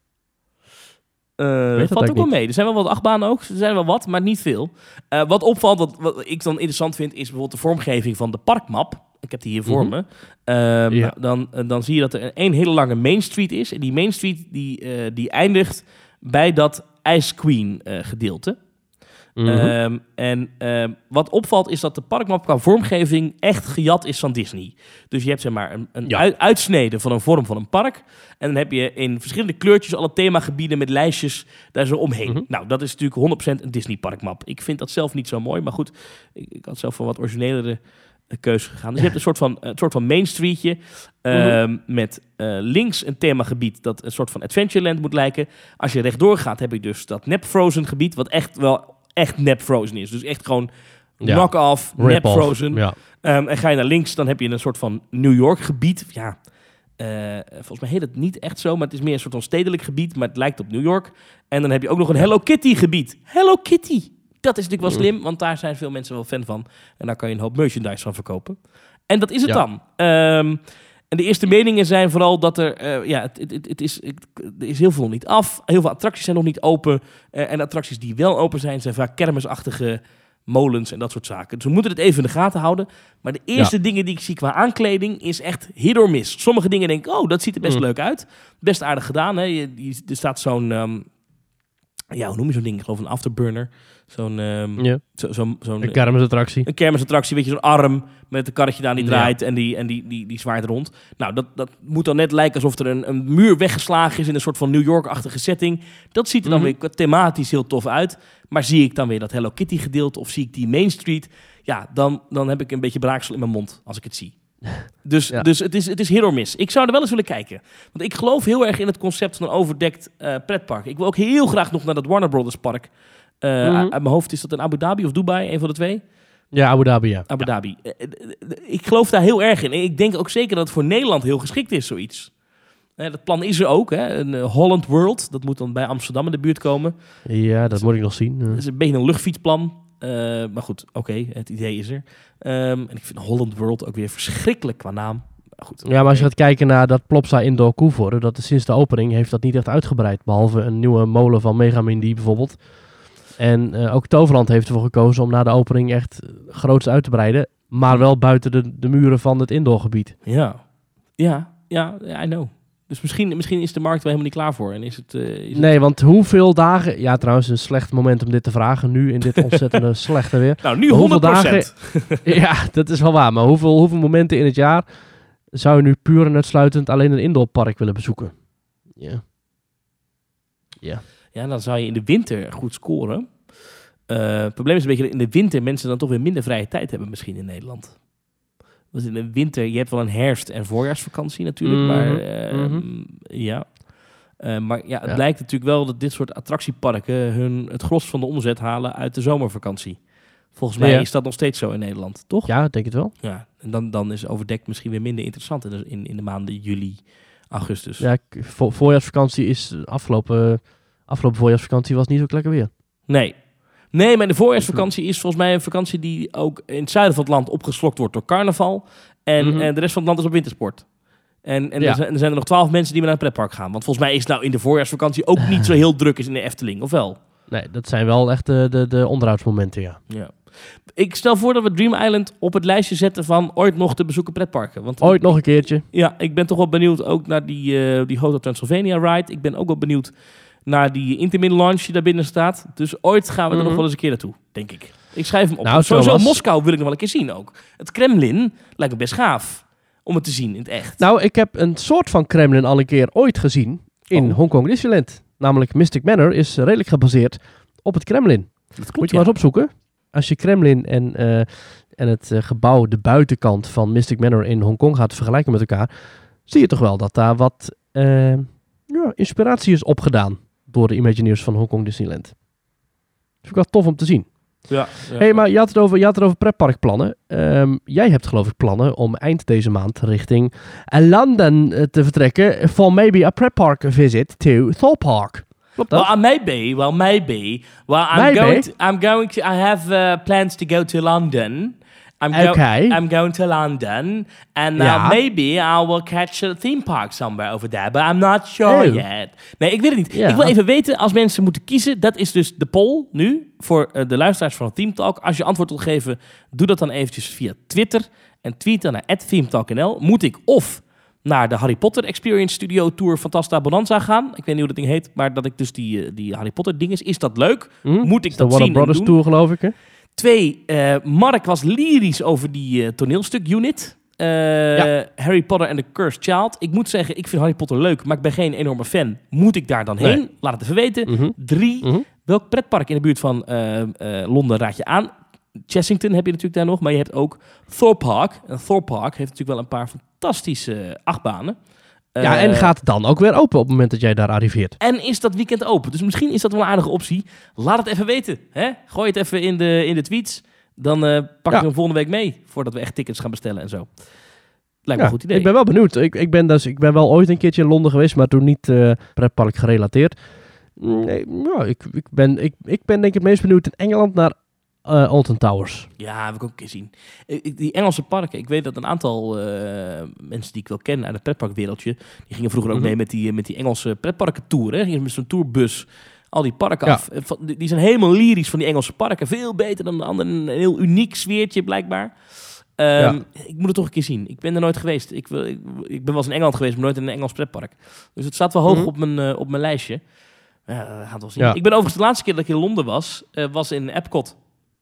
Uh, dat valt ook eigenlijk wel niet. mee. Er zijn wel wat achtbanen ook. Er zijn wel wat, maar niet veel. Uh, wat opvalt, wat, wat ik dan interessant vind, is bijvoorbeeld de vormgeving van de parkmap. Ik heb die hier voor Mhm. me. Um, Ja. dan, dan zie je dat er een hele lange Main Street is. En die Main Street die, uh, die eindigt bij dat Ice Queen uh, gedeelte. Mhm. Um, en um, wat opvalt is dat de parkmap qua vormgeving echt gejat is van Disney. Dus je hebt zeg maar een, een Ja. uit, uitsnede van een vorm van een park. En dan heb je in verschillende kleurtjes alle themagebieden met lijstjes daar zo omheen. Mhm. Nou, dat is natuurlijk honderd procent een Disney parkmap. Ik vind dat zelf niet zo mooi, maar goed, ik, ik had zelf voor wat originelere uh, keuze gegaan. Dus je hebt een soort van, een soort van Main Streetje um, Mhm. met uh, links een themagebied dat een soort van Adventureland moet lijken. Als je rechtdoor gaat heb je dus dat nep Frozen gebied, wat echt wel echt nep Frozen is. Dus echt gewoon Ja. knock-off, nep Rip-off. Frozen. Ja. Um, en ga je naar links, dan heb je een soort van New York gebied. Ja, uh, volgens mij heet het niet echt zo, maar het is meer een soort van stedelijk gebied, maar het lijkt op New York. En dan heb je ook nog een Hello Kitty gebied. Hello Kitty! Dat is natuurlijk wel slim, want daar zijn veel mensen wel fan van. En daar kan je een hoop merchandise van verkopen. En dat is het Ja. dan. Um, en de eerste meningen zijn vooral dat er, uh, ja, het, het, het is, het, er is heel veel nog niet af. Heel veel attracties zijn nog niet open. Uh, en de attracties die wel open zijn, zijn vaak kermisachtige molens en dat soort zaken. Dus we moeten het even in de gaten houden. Maar de eerste Ja. dingen die ik zie qua aankleding is echt hit or miss. Sommige dingen denk ik, oh, dat ziet er best Mm. leuk uit. Best aardig gedaan. Hè? Je, je, er staat zo'n, um, ja, hoe noem je zo'n ding? Ik geloof een afterburner. Zo'n, um, Ja. zo, zo, zo'n Een kermisattractie. een kermisattractie, weet je, zo'n arm met een karretje daar die Ja. draait en die, en die, die, die zwaait rond. Nou, dat, dat moet dan net lijken alsof er een, een muur weggeslagen is in een soort van New York-achtige setting. Dat ziet er dan Mhm. weer thematisch heel tof uit. Maar zie ik dan weer dat Hello Kitty gedeelte of zie ik die Main Street, ja, dan, dan heb ik een beetje braaksel in mijn mond als ik het zie. Dus, Ja. dus het is, het is hit or miss. Ik zou er wel eens willen kijken. Want ik geloof heel erg in het concept van een overdekt uh, pretpark. Ik wil ook heel graag nog naar dat Warner Brothers park Uh, mm-hmm. Uit mijn hoofd is dat in Abu Dhabi of Dubai, een van de twee. Ja, Abu Dhabi, ja. Abu ja. Dhabi. Uh, ik geloof daar heel erg in. En ik denk ook zeker dat het voor Nederland heel geschikt is, zoiets. Uh, dat plan is er ook, hè. Een uh, Holland World. Dat moet dan bij Amsterdam in de buurt komen. Ja, dat, dat moet ik nog zien. Uh. Dat is een beetje een luchtfietsplan. Uh, maar goed, oké, okay, het idee is er. Um, en ik vind Holland World ook weer verschrikkelijk qua naam. Goed, ja, maar als je gaat kijken naar dat Plopsa Indoor Koevoorde, dat is sinds de opening heeft dat niet echt uitgebreid. Behalve een nieuwe molen van Megamindy bijvoorbeeld. En uh, ook Toverland heeft ervoor gekozen om na de opening echt groots uit te breiden. Maar wel buiten de, de muren van het indoorgebied. Ja, ja, ja, I know. Dus misschien, misschien is de markt wel helemaal niet klaar voor. En is het, uh, is nee, het... want hoeveel dagen... Ja, trouwens een slecht moment om dit te vragen. Nu in dit ontzettende slechte weer. Nou, nu honderd procent. Dagen... ja, dat is wel waar. Maar hoeveel, hoeveel momenten in het jaar zou je nu puur en uitsluitend alleen een indoorpark willen bezoeken? Ja. Ja. Ja, dan zou je in de winter goed scoren. Uh, het probleem is een beetje dat in de winter mensen dan toch weer minder vrije tijd hebben misschien in Nederland. Want in de winter, je hebt wel een herfst- en voorjaarsvakantie natuurlijk, mm-hmm. maar uh, mm-hmm. ja. Uh, maar ja, het ja. lijkt natuurlijk wel dat dit soort attractieparken hun het gros van de omzet halen uit de zomervakantie. Volgens mij ja. is dat nog steeds zo in Nederland, toch? Ja, denk het wel. Ja, en dan, dan is overdekt misschien weer minder interessant in de, in, in de maanden juli, augustus. Ja, vo- voorjaarsvakantie is afgelopen, afgelopen voorjaarsvakantie was niet zo lekker weer. Nee. Nee, maar de voorjaarsvakantie is volgens mij een vakantie die ook in het zuiden van het land opgeslokt wordt door carnaval. En, mm-hmm. en de rest van het land is op wintersport. En, en ja. er, zijn, er zijn er nog twaalf mensen die naar een pretpark gaan. Want volgens mij is het nou in de voorjaarsvakantie ook niet zo heel druk is in de Efteling, of wel? Nee, dat zijn wel echt de, de, de onderhoudsmomenten, ja. ja. Ik stel voor dat we Dream Island op het lijstje zetten van ooit nog te bezoeken pretparken. Want ooit nog een keertje. Ja, ik ben toch wel benieuwd ook naar die, uh, die Hotel Transylvania ride. Ik ben ook wel benieuwd naar die Intamin Lounge die daar binnen staat. Dus ooit gaan we er mm-hmm. nog wel eens een keer naartoe, denk ik. Ik schrijf hem op. Nou, Sowieso was... Moskou wil ik nog wel een keer zien ook. Het Kremlin lijkt me best gaaf om het te zien in het echt. Nou, ik heb een soort van Kremlin al een keer ooit gezien in oh. Hongkong Disneyland. Namelijk Mystic Manor is redelijk gebaseerd op het Kremlin. Dat klopt, moet je ja. maar eens opzoeken. Als je Kremlin en, uh, en het uh, gebouw, de buitenkant van Mystic Manor in Hongkong gaat vergelijken met elkaar, zie je toch wel dat daar wat uh, ja, inspiratie is opgedaan door de Imagineers van Hongkong Disneyland. Dat vind ik wel tof om te zien. Ja, ja. Hey, maar je had het over, je had het over pretparkplannen. Um, jij hebt geloof ik plannen om eind deze maand richting London uh, te vertrekken for maybe a pretpark visit to Thorpe Park. Klopt dat? Well, maybe. Well, maybe. Well, I'm maybe. going. To, I'm going to. I have uh, plans to go to London. I'm go- okay. I'm going to London, and uh, ja. maybe I will catch a theme park somewhere over there, but I'm not sure oh. yet. Nee, ik weet het niet. Ja. Ik wil even weten, als mensen moeten kiezen, dat is dus de poll nu voor uh, de luisteraars van Theme Talk. Als je antwoord wil geven, doe dat dan eventjes via Twitter en tweet dan naar at theme talk n l. Moet ik of naar de Harry Potter Experience Studio Tour Fantasta Bonanza gaan. Ik weet niet hoe dat ding heet, maar dat ik dus die, die Harry Potter ding is. Is dat leuk? Mm, Moet ik is dat de zien Warner Brothers en doen? Tour, geloof ik, hè? Twee, uh, Mark was lyrisch over die uh, toneelstuk-unit. Uh, ja. Harry Potter and the Cursed Child. Ik moet zeggen, ik vind Harry Potter leuk, maar ik ben geen enorme fan. Moet ik daar dan heen? Nee. Laat het even weten. Mm-hmm. Drie, mm-hmm. welk pretpark in de buurt van uh, uh, Londen raad je aan? Chessington heb je natuurlijk daar nog, maar je hebt ook Thorpe Park. En Thorpe Park heeft natuurlijk wel een paar fantastische achtbanen. Ja, Uh, en gaat dan ook weer open op het moment dat jij daar arriveert. En is dat weekend open. Dus misschien is dat wel een aardige optie. Laat het even weten. Hè? Gooi het even in de, in de tweets. Dan uh, pak ja. ik hem volgende week mee. Voordat we echt tickets gaan bestellen en zo. Lijkt me ja, een goed idee. Ik ben wel benieuwd. Ik, ik, ben dus, ik ben wel ooit een keertje in Londen geweest, maar toen niet uh, pretpark gerelateerd. Nee, ja, ik, ik, ben, ik, ik ben denk ik het meest benieuwd in Engeland naar uh, Alton Towers. Ja, heb ik ook een keer zien. Ik, die Engelse parken. Ik weet dat een aantal uh, mensen die ik wel ken uit het pretparkwereldje, die gingen vroeger ook mm-hmm. mee met die, met die Engelse pretparkentour. Hè? Gingen met zo'n tourbus al die parken ja. af. Die zijn helemaal lyrisch van die Engelse parken. Veel beter dan de andere. Een heel uniek sfeertje blijkbaar. Um, ja. Ik moet het toch een keer zien. Ik ben er nooit geweest. Ik, wil, ik, ik ben wel eens in Engeland geweest, maar nooit in een Engels pretpark. Dus het staat wel hoog mm-hmm. op, mijn, uh, op mijn lijstje. Ja, dat gaat wel zien. Ja. Ik ben overigens de laatste keer dat ik in Londen was, uh, was in Epcot.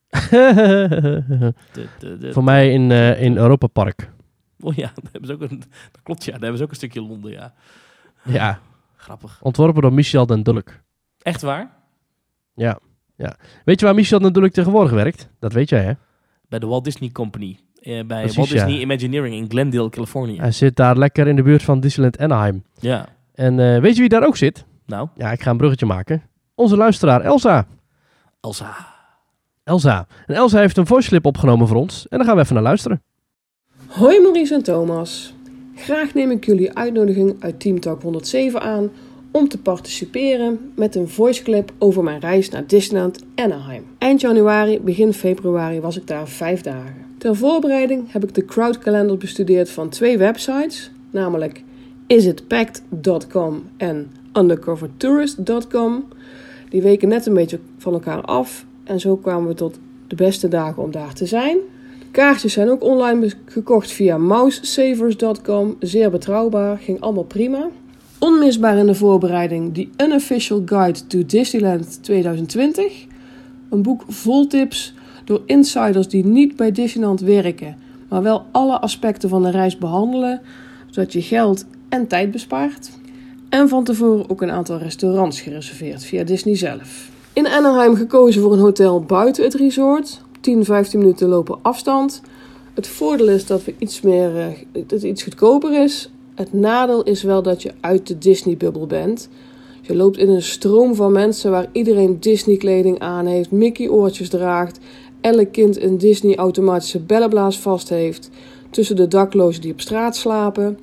de, de, de, Voor mij in, uh, in Europa Park. Oh ja, daar hebben ze ook een, dat klopt ja, daar hebben ze ook een stukje Londen, ja. Ja. Grappig. Ontworpen door Michel den Dulk. Echt waar? Ja. ja. Weet je waar Michel den Dulk tegenwoordig werkt? Dat weet jij, hè? Bij de Walt Disney Company. Uh, bij Precies, Walt Disney ja. Imagineering in Glendale, Californië. Hij zit daar lekker in de buurt van Disneyland Anaheim. Ja. En uh, weet je wie daar ook zit? Nou? Ja, ik ga een bruggetje maken. Onze luisteraar Elsa. Elsa. Elsa. En Elsa heeft een voice clip opgenomen voor ons. En daar gaan we even naar luisteren. Hoi Maurice en Thomas. Graag neem ik jullie uitnodiging uit Team Talk honderdzeven aan om te participeren met een voice clip over mijn reis naar Disneyland Anaheim. Eind januari, begin februari was ik daar vijf dagen. Ter voorbereiding heb ik de crowdkalender bestudeerd van twee websites, namelijk is it packed dot com en undercover tourist dot com. Die weken net een beetje van elkaar af en zo kwamen we tot de beste dagen om daar te zijn. Kaartjes zijn ook online gekocht via mouse savers dot com, zeer betrouwbaar, ging allemaal prima. Onmisbaar in de voorbereiding The Unofficial Guide to Disneyland twintig twintig. Een boek vol tips door insiders die niet bij Disneyland werken, maar wel alle aspecten van de reis behandelen, zodat je geld en tijd bespaart. En van tevoren ook een aantal restaurants gereserveerd via Disney zelf. In Anaheim gekozen voor een hotel buiten het resort, tien, vijftien minuten lopen afstand. Het voordeel is dat we iets meer, uh, dat het iets goedkoper is. Het nadeel is wel dat je uit de Disney-bubbel bent. Je loopt in een stroom van mensen waar iedereen Disney-kleding aan heeft, Mickey-oortjes draagt, elk kind een Disney-automatische bellenblaas vast heeft, tussen de daklozen die op straat slapen.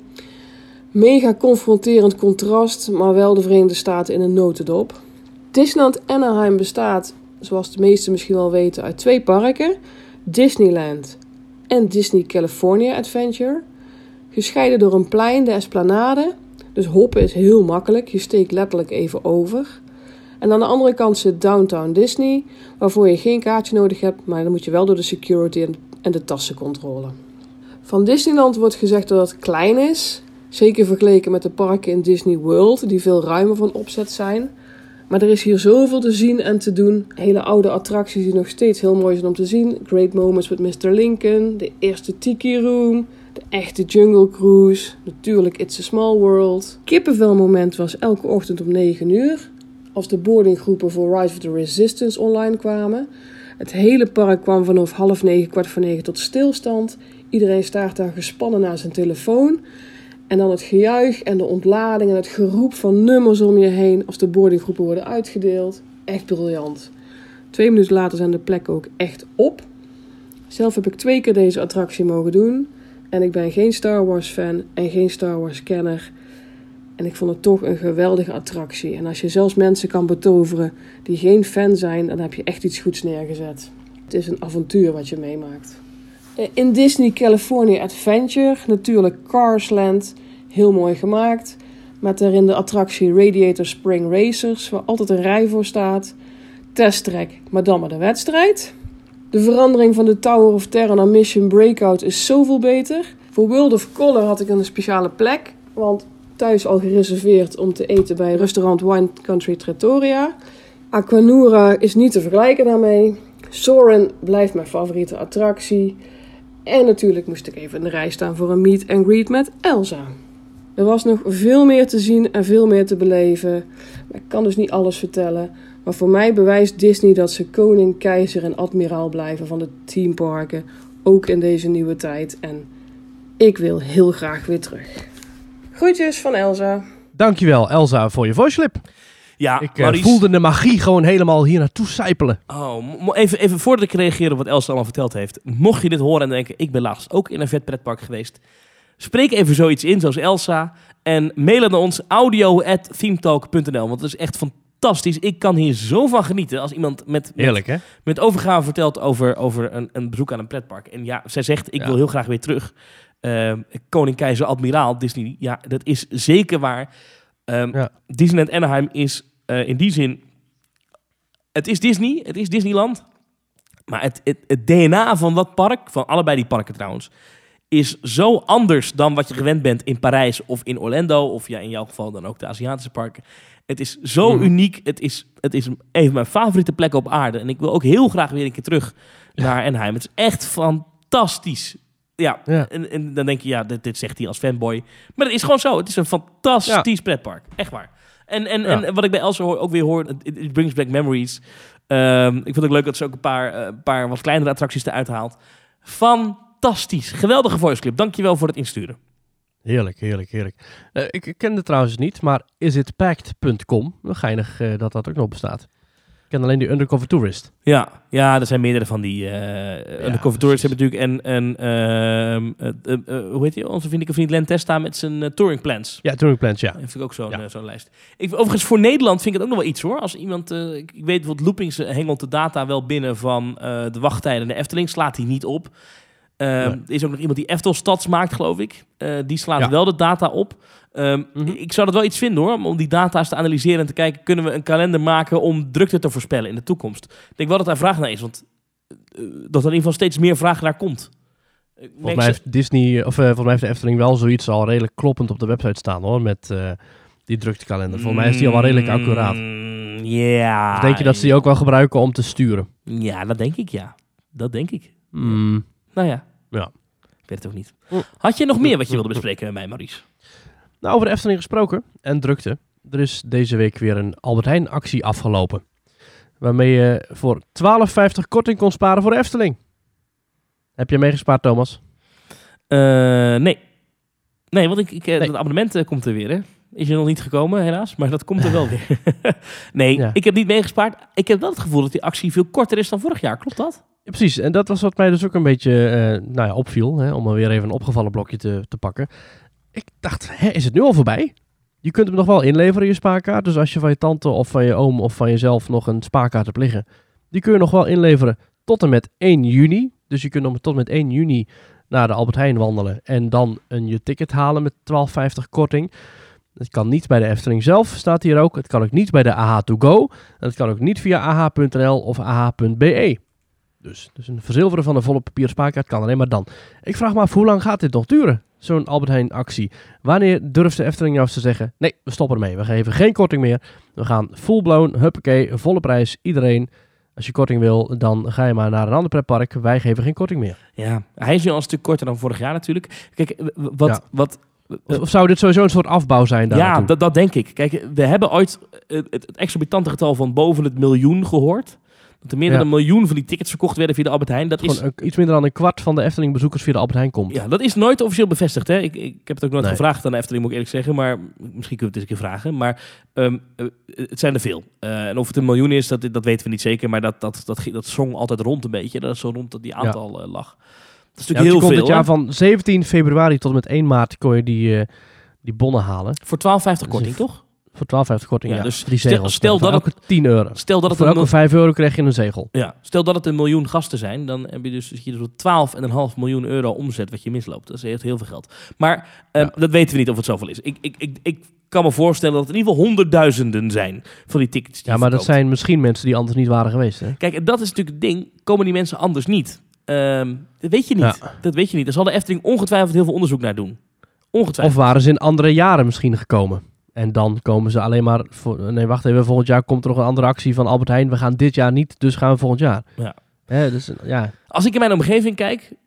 Mega confronterend contrast, maar wel de Verenigde Staten in een notendop. Disneyland Anaheim bestaat, zoals de meesten misschien wel weten, uit twee parken. Disneyland en Disney California Adventure. Gescheiden door een plein, de Esplanade. Dus hoppen is heel makkelijk, je steekt letterlijk even over. En aan de andere kant zit Downtown Disney, waarvoor je geen kaartje nodig hebt, maar dan moet je wel door de security en de tassencontrole. Van Disneyland wordt gezegd dat het klein is, zeker vergeleken met de parken in Disney World, die veel ruimer van opzet zijn. Maar er is hier zoveel te zien en te doen. Hele oude attracties die nog steeds heel mooi zijn om te zien. Great Moments with mister Lincoln, de eerste Tiki Room, de echte Jungle Cruise, natuurlijk It's a Small World. Kippenvelmoment was elke ochtend om negen uur, als de boardinggroepen voor Rise of the Resistance online kwamen. Het hele park kwam vanaf half negen, kwart voor negen tot stilstand. Iedereen staart daar gespannen naar zijn telefoon. En dan het gejuich en de ontlading en het geroep van nummers om je heen als de boardinggroepen worden uitgedeeld. Echt briljant. Twee minuten later zijn de plekken ook echt op. Zelf heb ik twee keer deze attractie mogen doen. En ik ben geen Star Wars fan en geen Star Wars kenner. En ik vond het toch een geweldige attractie. En als je zelfs mensen kan betoveren die geen fan zijn, dan heb je echt iets goeds neergezet. Het is een avontuur wat je meemaakt. In Disney California Adventure, natuurlijk Cars Land, heel mooi gemaakt. Met daarin de attractie Radiator Spring Racers, waar altijd een rij voor staat. Testtrack, maar dan maar de wedstrijd. De verandering van de Tower of Terror naar Mission Breakout is zoveel beter. Voor World of Color had ik een speciale plek, want thuis al gereserveerd om te eten bij restaurant Wine Country Trattoria. Aquanura is niet te vergelijken daarmee. Soarin' blijft mijn favoriete attractie. En natuurlijk moest ik even in de rij staan voor een meet and greet met Elsa. Er was nog veel meer te zien en veel meer te beleven. Ik kan dus niet alles vertellen. Maar voor mij bewijst Disney dat ze koning, keizer en admiraal blijven van de themeparken. Ook in deze nieuwe tijd. En ik wil heel graag weer terug. Groetjes van Elsa. Dankjewel Elsa voor je voice clip. Ja, ik uh, Maurice... voelde de magie gewoon helemaal hier naartoe sijpelen. Oh, mo- even, even voordat ik reageer op wat Elsa allemaal verteld heeft. Mocht je dit horen en denken, ik ben laatst ook in een vet pretpark geweest. Spreek even zoiets in, zoals Elsa. En mail naar ons audio at themetalk punt n l. Want het is echt fantastisch. Ik kan hier zo van genieten als iemand met, met, Heerlijk, hè? met overgave vertelt over, over een, een bezoek aan een pretpark. En ja, zij zegt, ik Ja. wil heel graag weer terug. Uh, koning, keizer, admiraal, Disney. Ja, dat is zeker waar. Um, Ja. Disneyland Anaheim is uh, in die zin... Het is Disney, het is Disneyland. Maar het, het, het D N A van dat park, van allebei die parken trouwens, is zo anders dan wat je gewend bent in Parijs of in Orlando. Of ja, in jouw geval dan ook de Aziatische parken. Het is zo mm. uniek. Het is, het is een van mijn favoriete plekken op aarde. En ik wil ook heel graag weer een keer terug naar Anaheim. Het is echt fantastisch. Ja, ja. En, en dan denk je, ja, dit, dit zegt hij als fanboy. Maar het is gewoon zo. Het is een fantastisch ja. pretpark. Echt waar. En, en, ja. en wat ik bij Elsa hoor, ook weer hoor, it, it brings back memories. Um, ik vind het ook leuk dat ze ook een paar, uh, paar wat kleinere attracties eruit haalt. Fantastisch. Geweldige voice clip. Dankjewel voor het insturen. Heerlijk, heerlijk, heerlijk. Uh, ik kende trouwens niet, maar is it packed punt com. Geinig uh, dat dat ook nog bestaat. ken alleen die Undercover Tourist. Ja, ja, er zijn meerdere van die uh, Undercover precies. Tourists hebben natuurlijk. En, en uh, uh, uh, uh, hoe heet die? Onze vriendelijke vriend Len Testa met zijn uh, touring plans. Ja, touring plans, ja. Dat vind ik ook zo'n, Ja. uh, zo'n lijst. Ik, overigens, voor Nederland vind ik het ook nog wel iets hoor. Als iemand, uh, ik, ik weet bijvoorbeeld Loopings hengelt de data wel binnen van uh, de wachttijden. De Efteling slaat die niet op. Uh, nee. Er is ook nog iemand die Eftel Stads maakt, geloof ik. Uh, die slaat ja. wel de data op. Um, mm-hmm. Ik zou dat wel iets vinden hoor, om die data's te analyseren en te kijken, kunnen we een kalender maken om drukte te voorspellen in de toekomst. Ik denk wel dat daar vraag naar is, want uh, dat er in ieder geval steeds meer vraag naar komt. Volgens mij heeft Disney, of uh, volgens mij heeft de Efteling wel zoiets al redelijk kloppend op de website staan hoor, met uh, die druktekalender. Volgens mij is die al wel redelijk accuraat. Ja. Yeah. Dus denk je dat ze die ook wel gebruiken om te sturen? Ja, dat denk ik ja. Dat denk ik. Mm. Nou ja. Ja. Ik weet het ook niet. Had je nog meer wat je wilde bespreken met mij, Maurice? Nou, over de Efteling gesproken en drukte. Er is deze week weer een Albert Heijn actie afgelopen. Waarmee je voor twaalf vijftig korting kon sparen voor de Efteling. Heb je meegespaard, Thomas? Uh, nee. Nee, want ik, ik, nee. het abonnement uh, komt er weer, hè? Is er nog niet gekomen, helaas. Maar dat komt er wel weer. nee, ja. ik heb niet meegespaard. Ik heb wel het gevoel dat die actie veel korter is dan vorig jaar. Klopt dat? Ja, precies. En dat was wat mij dus ook een beetje uh, nou ja, opviel. Hè, om er weer even een opgevallen blokje te, te pakken. Ik dacht, hè, is het nu al voorbij? Je kunt hem nog wel inleveren, je spaarkaart. Dus als je van je tante of van je oom of van jezelf nog een spaarkaart hebt liggen, die kun je nog wel inleveren tot en met één juni. Dus je kunt nog tot met één juni naar de Albert Heijn wandelen en dan een je ticket halen met twaalf vijftig korting. Het kan niet bij de Efteling zelf, staat hier ook. Het kan ook niet bij de A H to go. En het kan ook niet via a h punt n l of a h punt b e. Dus, dus een verzilveren van een volle papieren spaarkaart kan alleen maar dan. Ik vraag me af, hoe lang gaat dit nog duren? Zo'n Albert Heijn actie. Wanneer durft de Efteling nou eens te zeggen, nee, we stoppen ermee. We geven geen korting meer. We gaan full-blown, huppakee, volle prijs. Iedereen, als je korting wil, dan ga je maar naar een ander pretpark. Wij geven geen korting meer. Ja, hij is nu al een stuk korter dan vorig jaar natuurlijk. Kijk, wat... Ja. wat Of, of zou dit sowieso een soort afbouw zijn? Ja, dat, dat denk ik. Kijk, we hebben ooit het, het exorbitante getal van boven het miljoen gehoord. Dat er meer dan ja. een miljoen van die tickets verkocht werden via de Albert Heijn. Dat is een, iets minder dan een kwart van de Efteling-bezoekers via de Albert Heijn komt. Ja, dat is nooit officieel bevestigd. Hè? Ik, ik heb het ook nooit nee. gevraagd aan de Efteling, moet ik eerlijk zeggen. Maar misschien kunnen we het eens een keer vragen. Maar um, uh, het zijn er veel. Uh, en of het een miljoen is, dat, dat weten we niet zeker. Maar dat, dat, dat, dat, dat zong altijd rond een beetje. Dat is zo rond dat die aantal ja. uh, lag. Dat is natuurlijk ja, heel veel. Dit jaar hè? van zeventien februari tot en met één maart kon je die, uh, die bonnen halen. Voor twaalf vijftig korting, dus toch? Voor twaalf vijftig korting, ja. ja. Dus drie zegels. Stel, stel dat het tien euro. Stel dat het voor elke vijf euro krijg je een zegel. Ja, stel dat het een miljoen gasten zijn, dan heb je dus, dus je dus twaalf komma vijf miljoen euro omzet wat je misloopt. Dat is echt heel veel geld. Maar uh, ja. dat weten we niet of het zoveel is. Ik, ik, ik, ik kan me voorstellen dat het in ieder geval honderdduizenden zijn van die tickets. Die ja, maar verkoopt. Dat zijn misschien mensen die anders niet waren geweest. Hè? Kijk, en dat is natuurlijk het ding. Komen die mensen anders niet? Um, dat weet je niet. Ja. Dat weet je niet. Daar zal de Efteling ongetwijfeld heel veel onderzoek naar doen. Ongetwijfeld. Of waren ze in andere jaren misschien gekomen? En dan komen ze alleen maar... Voor, nee, wacht even. Volgend jaar komt er nog een andere actie van Albert Heijn. We gaan dit jaar niet, dus gaan we volgend jaar. Ja. Hè, dus, ja. Als ik in mijn omgeving kijk... Uh,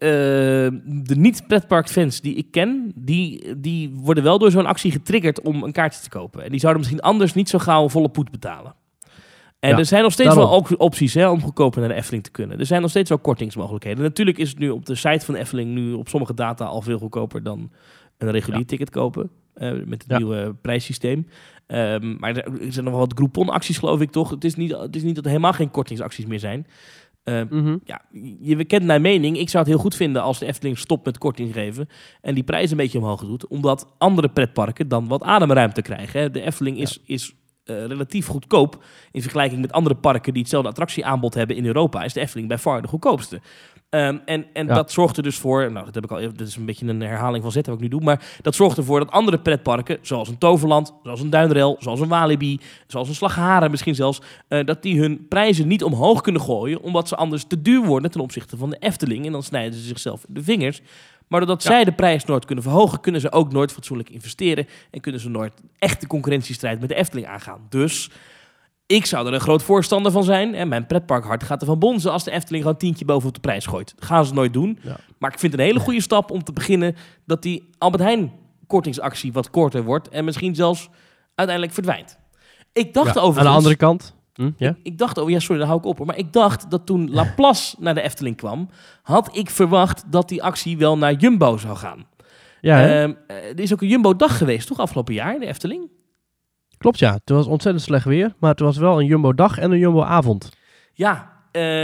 de niet-pretparkfans die ik ken... Die, die worden wel door zo'n actie getriggerd om een kaartje te kopen. En die zouden misschien anders niet zo gauw volle poet betalen. En ja, er zijn nog steeds daarom. wel ook opties hè, om goedkoper naar de Efteling te kunnen. Er zijn nog steeds wel kortingsmogelijkheden. Natuurlijk is het nu op de site van de Efteling... nu op sommige data al veel goedkoper dan een regulier ja. ticket kopen. Uh, met het ja. nieuwe prijssysteem. Um, maar er zijn nog wel wat Groupon-acties, geloof ik, toch? Het is niet, het is niet dat er helemaal geen kortingsacties meer zijn. Uh, mm-hmm. Ja, je kent mijn mening. Ik zou het heel goed vinden als de Efteling stopt met korting geven... en die prijs een beetje omhoog doet... omdat andere pretparken dan wat ademruimte krijgen. Hè. De Efteling is... Ja. is Uh, relatief goedkoop in vergelijking met andere parken die hetzelfde attractieaanbod hebben in Europa, is de Efteling bij far de goedkoopste. Um, en en ja. dat zorgt er dus voor, nou dat heb ik al, dit is een beetje een herhaling van zetten wat ik nu doe, maar dat zorgt ervoor dat andere pretparken, zoals een Toverland, zoals een Duinrel, zoals een Walibi, zoals een Slagharen misschien zelfs, uh, dat die hun prijzen niet omhoog kunnen gooien, omdat ze anders te duur worden ten opzichte van de Efteling. En dan snijden ze zichzelf in de vingers. Maar doordat ja. zij de prijs nooit kunnen verhogen, kunnen ze ook nooit fatsoenlijk investeren en kunnen ze nooit echt de concurrentiestrijd met de Efteling aangaan. Dus ik zou er een groot voorstander van zijn. En mijn pretparkhart gaat ervan bonzen als de Efteling gewoon tientje bovenop de prijs gooit. Dat gaan ze nooit doen. Ja. Maar ik vind het een hele goede stap om te beginnen dat die Albert Heijn kortingsactie wat korter wordt en misschien zelfs uiteindelijk verdwijnt. Ik dacht ja, overigens... Aan de andere kant... Hm, ja? ik, ik dacht, oh ja, sorry, daar hou ik op hoor. Maar ik dacht dat toen Laplace naar de Efteling kwam, had ik verwacht dat die actie wel naar Jumbo zou gaan. Ja, uh, er is ook een Jumbo-dag geweest, toch, afgelopen jaar in de Efteling? Klopt, ja. Het was ontzettend slecht weer, maar het was wel een Jumbo-dag en een Jumbo-avond. Ja,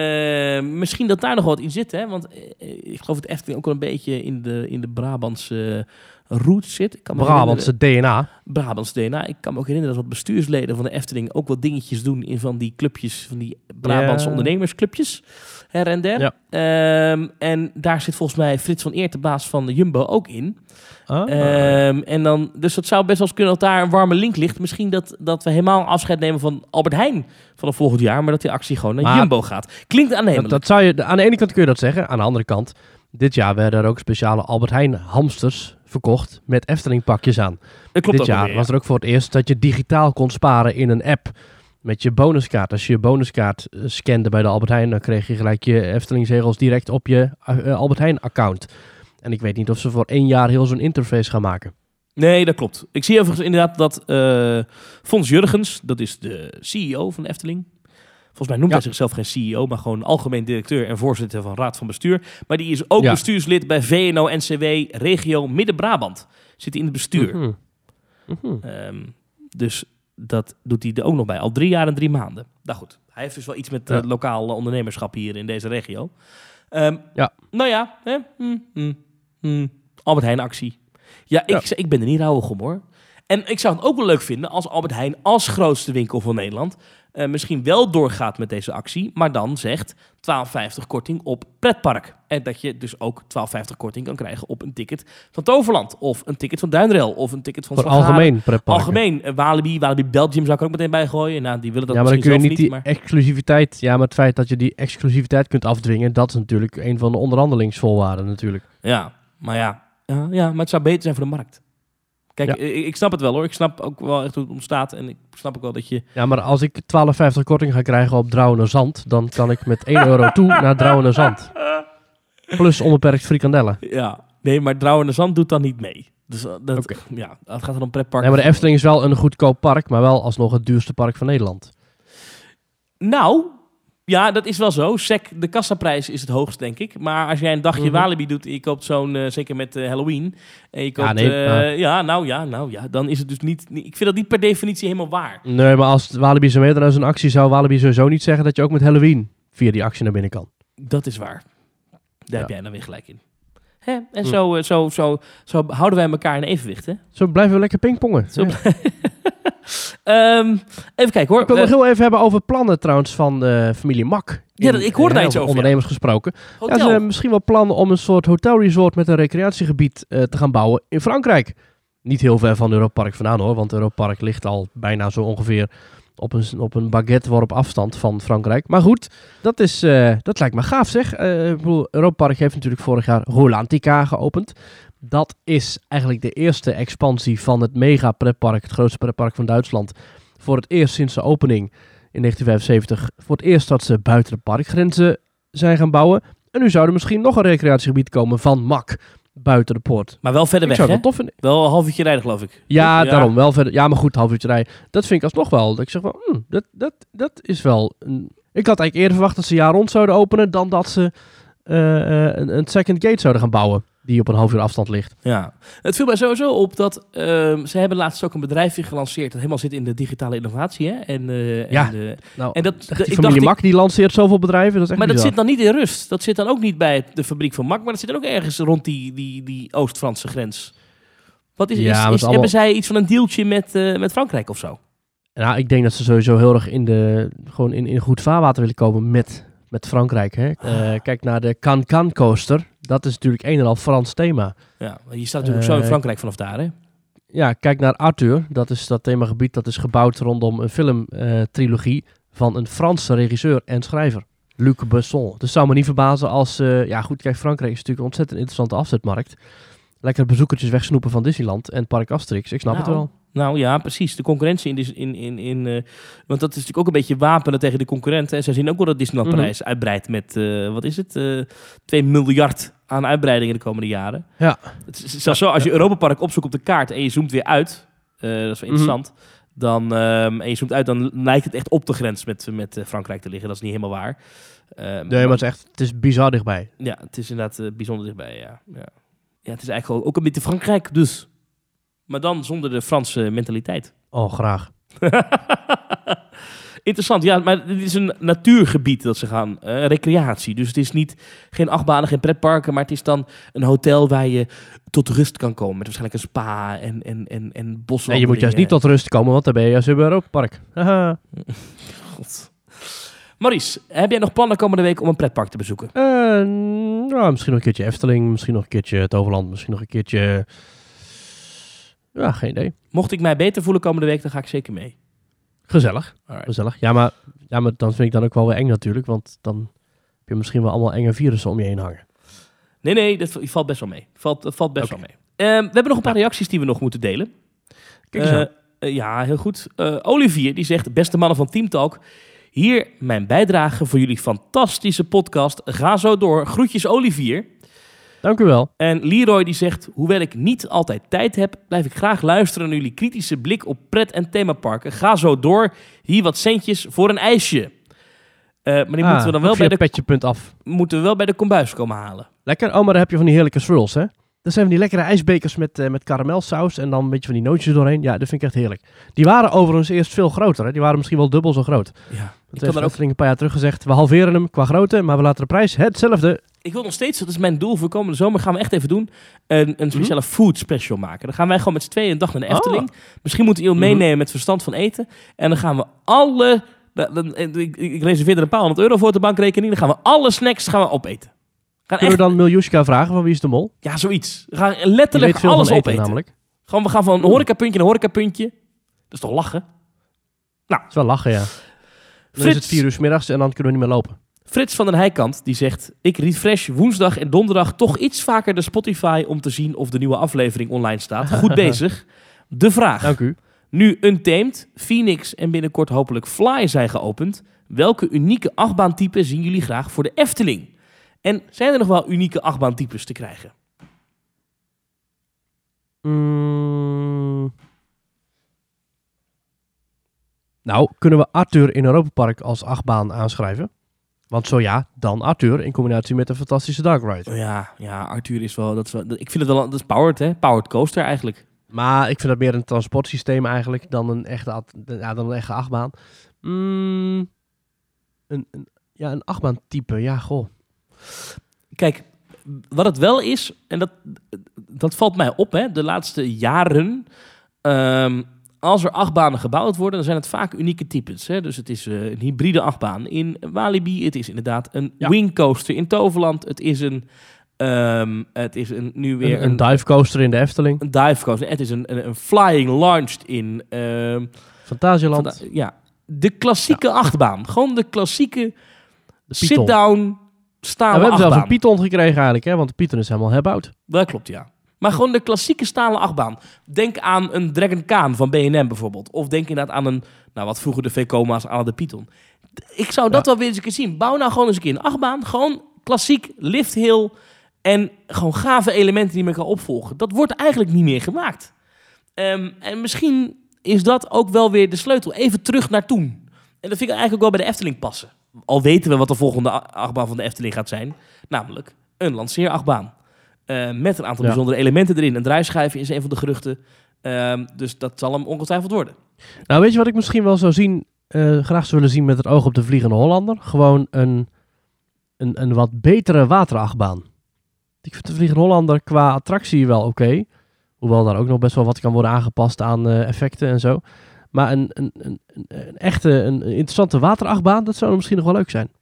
uh, misschien dat daar nog wat in zit, hè? Want uh, ik geloof dat Efteling ook wel een beetje in de, in de Brabantse uh, roots zit. Ik kan me Brabantse D N A. Brabantse D N A. Ik kan me ook herinneren dat wat bestuursleden van de Efteling ook wat dingetjes doen in van die clubjes, van die Brabantse ja. ondernemersclubjes, her en der. Ja. Um, en daar zit volgens mij Frits van Eert, de baas van de Jumbo, ook in. Ah. Um, en dan, dus dat zou best wel eens kunnen dat daar een warme link ligt. Misschien dat, dat we helemaal afscheid nemen van Albert Heijn vanaf volgend jaar, maar dat die actie gewoon naar maar, Jumbo gaat. Klinkt aannemelijk. Dat, dat zou je, aan de ene kant kun je dat zeggen, aan de andere kant, dit jaar werden er ook speciale Albert Heijn hamsters verkocht met Efteling pakjes aan. Dat klopt. Dit jaar weer, ja. was er ook voor het eerst dat je digitaal kon sparen in een app met je bonuskaart. Als je je bonuskaart uh, scande bij de Albert Heijn, dan kreeg je gelijk je Efteling-zegels direct op je uh, Albert Heijn-account. En ik weet niet of ze voor één jaar heel zo'n interface gaan maken. Nee, dat klopt. Ik zie overigens inderdaad dat uh, Fons Jurgens, dat is de C E O van de Efteling. Volgens mij noemt ja. hij zichzelf geen C E O, maar gewoon algemeen directeur en voorzitter van Raad van Bestuur. Maar die is ook ja. bestuurslid bij V N O N C W Regio Midden-Brabant. Zit hij in het bestuur. Mm-hmm. Mm-hmm. Um, dus dat doet hij er ook nog bij. Al drie jaar en drie maanden. Nou goed, hij heeft dus wel iets met ja. uh, lokaal ondernemerschap hier in deze regio. Um, ja. Nou ja, hè? Mm, mm, mm. Albert Heijn actie. Ja, ik, ja. ik ben er niet rauwig om hoor. En ik zou het ook wel leuk vinden als Albert Heijn als grootste winkel van Nederland uh, misschien wel doorgaat met deze actie, maar dan zegt twaalf vijftig korting op pretpark. En dat je dus ook twaalf vijftig korting kan krijgen op een ticket van Toverland of een ticket van Duinrail of een ticket van voor algemeen pretpark. Algemeen. Uh, Walibi, Walibi Belgium zou ik er ook meteen bij gooien. Nou, die willen dat ja, maar dan kun je niet niet, die maar... exclusiviteit. Ja, maar het feit dat je die exclusiviteit kunt afdwingen, dat is natuurlijk een van de onderhandelingsvoorwaarden natuurlijk. Ja, maar ja, ja, ja maar het zou beter zijn voor de markt. Kijk, ja. ik, ik snap het wel hoor. Ik snap ook wel echt hoe het ontstaat. En ik snap ook wel dat je... Ja, maar als ik twaalf vijftig korting ga krijgen op Drouwenerzand, dan kan ik met één euro toe naar Drouwenerzand. Plus onbeperkt frikandellen. Ja, nee, maar Drouwenerzand doet dan niet mee. Dus dat, okay. ja, dat gaat dan om pretpark. Nee, maar de Efteling is wel een goedkoop park, maar wel alsnog het duurste park van Nederland. Nou... Ja, dat is wel zo. Sec, de kassaprijs is het hoogst, denk ik. Maar als jij een dagje mm-hmm. Walibi doet en je koopt zo'n, uh, zeker met uh, Halloween. En je koopt, ja, nee, uh, maar... ja, nou ja, nou ja, dan is het dus niet... Ik vind dat niet per definitie helemaal waar. Nee, maar als Walibi zo meedoen aan zo'n actie, zou Walibi sowieso niet zeggen dat je ook met Halloween via die actie naar binnen kan. Dat is waar. Daar ja. heb jij dan weer gelijk in. Hè? En hm. zo, uh, zo, zo, zo houden wij elkaar in evenwicht, hè? Zo blijven we lekker pingpongen. Zo ja. um, even kijken hoor. Ik wil nog uh, heel even hebben over plannen trouwens van de familie Mak. Ja, dat, ik hoorde daar iets over. Ondernemers ja. gesproken. Ja, ze hebben misschien wel plannen om een soort hotelresort met een recreatiegebied uh, te gaan bouwen in Frankrijk. Niet heel ver van Europa Park vandaan hoor, want Europa Park ligt al bijna zo ongeveer op een, op een baguetteworp afstand van Frankrijk. Maar goed, dat, is, uh, dat lijkt me gaaf zeg. Uh, ik bedoel, Europa Park heeft natuurlijk vorig jaar Rolantica geopend. Dat is eigenlijk de eerste expansie van het mega pretpark, het grootste pretpark van Duitsland. Voor het eerst sinds de opening in negentien vijfenzeventig. Voor het eerst dat ze buiten de parkgrenzen zijn gaan bouwen. En nu zou er misschien nog een recreatiegebied komen van Mak buiten de poort. Maar wel verder ik weg, hè? Wel, tof vinden. Wel een half uurtje rijden, geloof ik. Ja, ja, daarom. Wel verder. Ja, maar goed, half uurtje rijden. Dat vind ik alsnog wel. Dat ik zeg van, hmm, dat, dat, dat is wel... Een... Ik had eigenlijk eerder verwacht dat ze jaar rond zouden openen dan dat ze uh, uh, een, een second gate zouden gaan bouwen. Die op een half uur afstand ligt. Ja, het viel mij sowieso op dat uh, ze hebben laatst ook een bedrijfje gelanceerd dat helemaal zit in de digitale innovatie. Hè? En, uh, ja, en, de, nou, en dat, die ik familie dacht, Mak die lanceert zoveel bedrijven. Dat is echt maar bizar. dat zit dan niet in Rust. Dat zit dan ook niet bij de fabriek van Mak, maar dat zit dan ook ergens rond die, die, die Oost-Franse grens. Wat is, ja, is, is, is allemaal... Hebben zij iets van een dealtje met, uh, met Frankrijk of zo? Nou, ik denk dat ze sowieso heel erg in, de, gewoon in, in goed vaarwater willen komen met, met Frankrijk. Hè? Uh, kijk naar de Can-Can coaster. Dat is natuurlijk een en al Frans thema. Ja, je staat natuurlijk uh, zo in Frankrijk vanaf daar, hè? Ja, kijk naar Arthur. Dat is dat themagebied dat is gebouwd rondom een filmtrilogie uh, van een Franse regisseur en schrijver. Luc Besson. Dus zou me niet verbazen als... Uh, ja goed, kijk, Frankrijk is natuurlijk een ontzettend interessante afzetmarkt. Lekker bezoekertjes wegsnoepen van Disneyland en Park Asterix. Ik snap nou, het wel. Nou ja, precies. De concurrentie in... in, in, in uh, want dat is natuurlijk ook een beetje wapenen tegen de concurrenten. En zij zien ook wel dat Disneyland mm-hmm. Parijs uitbreidt met... Uh, wat is het? Uh, twee miljard aan uitbreidingen de komende jaren. Ja. Het is zelfs zo, als je Europa Park opzoekt op de kaart en je zoomt weer uit... Uh, dat is wel interessant. Mm-hmm. Dan, um, en je zoomt uit, dan lijkt het echt op de grens met, met uh, Frankrijk te liggen. Dat is niet helemaal waar. Uh, nee, maar, maar het is echt... Het is bizar dichtbij. Ja, het is inderdaad uh, bijzonder dichtbij, ja. ja. Ja, het is eigenlijk ook een beetje Frankrijk dus. Maar dan zonder de Franse mentaliteit. Oh, graag. Interessant, ja, maar dit is een natuurgebied dat ze gaan, uh, recreatie. Dus het is niet, geen achtbanen, geen pretparken, maar het is dan een hotel waar je tot rust kan komen. Met waarschijnlijk een spa en, en, en, en boswandelingen. Nee, je moet juist niet tot rust komen, want dan ben je juist weer op het park. Haha. God. Maurice, heb jij nog plannen komende week om een pretpark te bezoeken? Uh, nou, misschien nog een keertje Efteling, misschien nog een keertje Toverland, misschien nog een keertje... Ja, geen idee. Mocht ik mij beter voelen komende week, dan ga ik zeker mee. Gezellig. Alright. Gezellig. Ja maar, ja, maar dan vind ik dan ook wel weer eng natuurlijk, want dan heb je misschien wel allemaal enge virussen om je heen hangen. Nee, nee, dat valt best wel mee. Valt, dat valt best Okay. wel mee. Uh, we hebben nog een paar ja. reacties die we nog moeten delen. Kijk eens uh, aan. uh, ja, heel goed. Uh, Olivier, die zegt, beste mannen van Team Talk, hier mijn bijdrage voor jullie fantastische podcast. Ga zo door. Groetjes Olivier. Dank u wel. En Leroy die zegt, hoewel ik niet altijd tijd heb, blijf ik graag luisteren naar jullie kritische blik op pret- en themaparken. Ga zo door. Hier wat centjes voor een ijsje. Uh, maar die ah, moeten we dan wel bij de petje punt af. moeten we wel bij de kombuis komen halen. Lekker. Oh, maar dan heb je van die heerlijke swirls, hè? Dat zijn van die lekkere ijsbekers met, uh, met karamelsaus en dan een beetje van die nootjes doorheen. Ja, dat vind ik echt heerlijk. Die waren overigens eerst veel groter, hè? Die waren misschien wel dubbel zo groot. Ja, Dat heeft Efteling een paar jaar terug gezegd. We halveren hem qua grootte, maar we laten de prijs hetzelfde. Ik wil nog steeds, dat is mijn doel voor komende zomer, gaan we echt even doen, een, een speciale mm-hmm. food special maken. Dan gaan wij gewoon met z'n tweeën een dag naar de Efteling. Oh. Misschien moeten we iemand mm-hmm. meenemen met verstand van eten. En dan gaan we alle, dan, dan, ik, ik reserveer er een paar honderd euro voor de bankrekening. Dan gaan we alle snacks gaan we opeten. Gaan Kunnen echt... we dan Miljushka vragen van wie is de mol? Ja, zoiets. We gaan letterlijk alles eten, opeten. Namelijk. Gewoon, we gaan van een horecapuntje naar een horecapuntje. Dat is toch lachen? Nou. Dat is wel lachen, ja. Dan Frits, is het vier uur 's middags en dan kunnen we niet meer lopen. Frits van den Heikant die zegt, ik refresh woensdag en donderdag toch iets vaker de Spotify om te zien of de nieuwe aflevering online staat. Goed bezig. De vraag. Dank u. Nu Untamed, Phoenix en binnenkort hopelijk Fly zijn geopend. Welke unieke achtbaantypen zien jullie graag voor de Efteling? En zijn er nog wel unieke achtbaantypes te krijgen? Mm. Nou, kunnen we Arthur in Europa Park als achtbaan aanschrijven? Want zo ja, dan Arthur in combinatie met een fantastische Dark Ride. Ja, ja, Arthur is wel, dat is wel... Ik vind het wel... Dat is powered, hè? Powered coaster eigenlijk. Maar ik vind dat meer een transportsysteem eigenlijk dan een echte, ja, dan een echte achtbaan. Mm. Een, een, ja, een achtbaantype. Ja, goh. Kijk, wat het wel is, en dat, dat valt mij op, hè, de laatste jaren. Um, als er achtbanen gebouwd worden, dan zijn het vaak unieke types. Hè? Dus het is uh, een hybride achtbaan in Walibi. Het is inderdaad een ja. wingcoaster in Toverland. Het is een, um, het is een nu weer een, een, een divecoaster in de Efteling. Een divecoaster. Het is een, een, een flying launched in uh, Fantasialand. Fanta- ja, de klassieke ja. achtbaan. Gewoon de klassieke de sit-down stalen ja, we hebben achtbaan. zelfs een Python gekregen eigenlijk, hè? Want de Python is helemaal herbouwd. Dat klopt, ja. Maar gewoon de klassieke stalen achtbaan. Denk aan een Dragon Khan van B en M bijvoorbeeld. Of denk inderdaad aan een, nou wat vroeger de Vekoma's aan de Python. Ik zou dat ja. wel weer eens een keer zien. Bouw nou gewoon eens een keer een achtbaan. Gewoon klassiek, lift hill. En gewoon gave elementen die elkaar opvolgen. Dat wordt eigenlijk niet meer gemaakt. Um, en misschien is dat ook wel weer de sleutel. Even terug naar toen. En dat vind ik eigenlijk ook wel bij de Efteling passen. Al weten we wat de volgende achtbaan van de Efteling gaat zijn. Namelijk een lanceerachtbaan. Uh, met een aantal ja. bijzondere elementen erin. Een draaischijf is een van de geruchten. Uh, dus dat zal hem ongetwijfeld worden. Nou, weet je wat ik misschien wel zou zien, uh, graag zou willen zien met het oog op de Vliegende Hollander? Gewoon een, een, een wat betere waterachtbaan. Ik vind de Vliegende Hollander qua attractie wel oké. Okay. Hoewel daar ook nog best wel wat kan worden aangepast aan uh, effecten en zo. Maar een, een, een, een echte, een interessante waterachtbaan, dat zou misschien nog wel leuk zijn.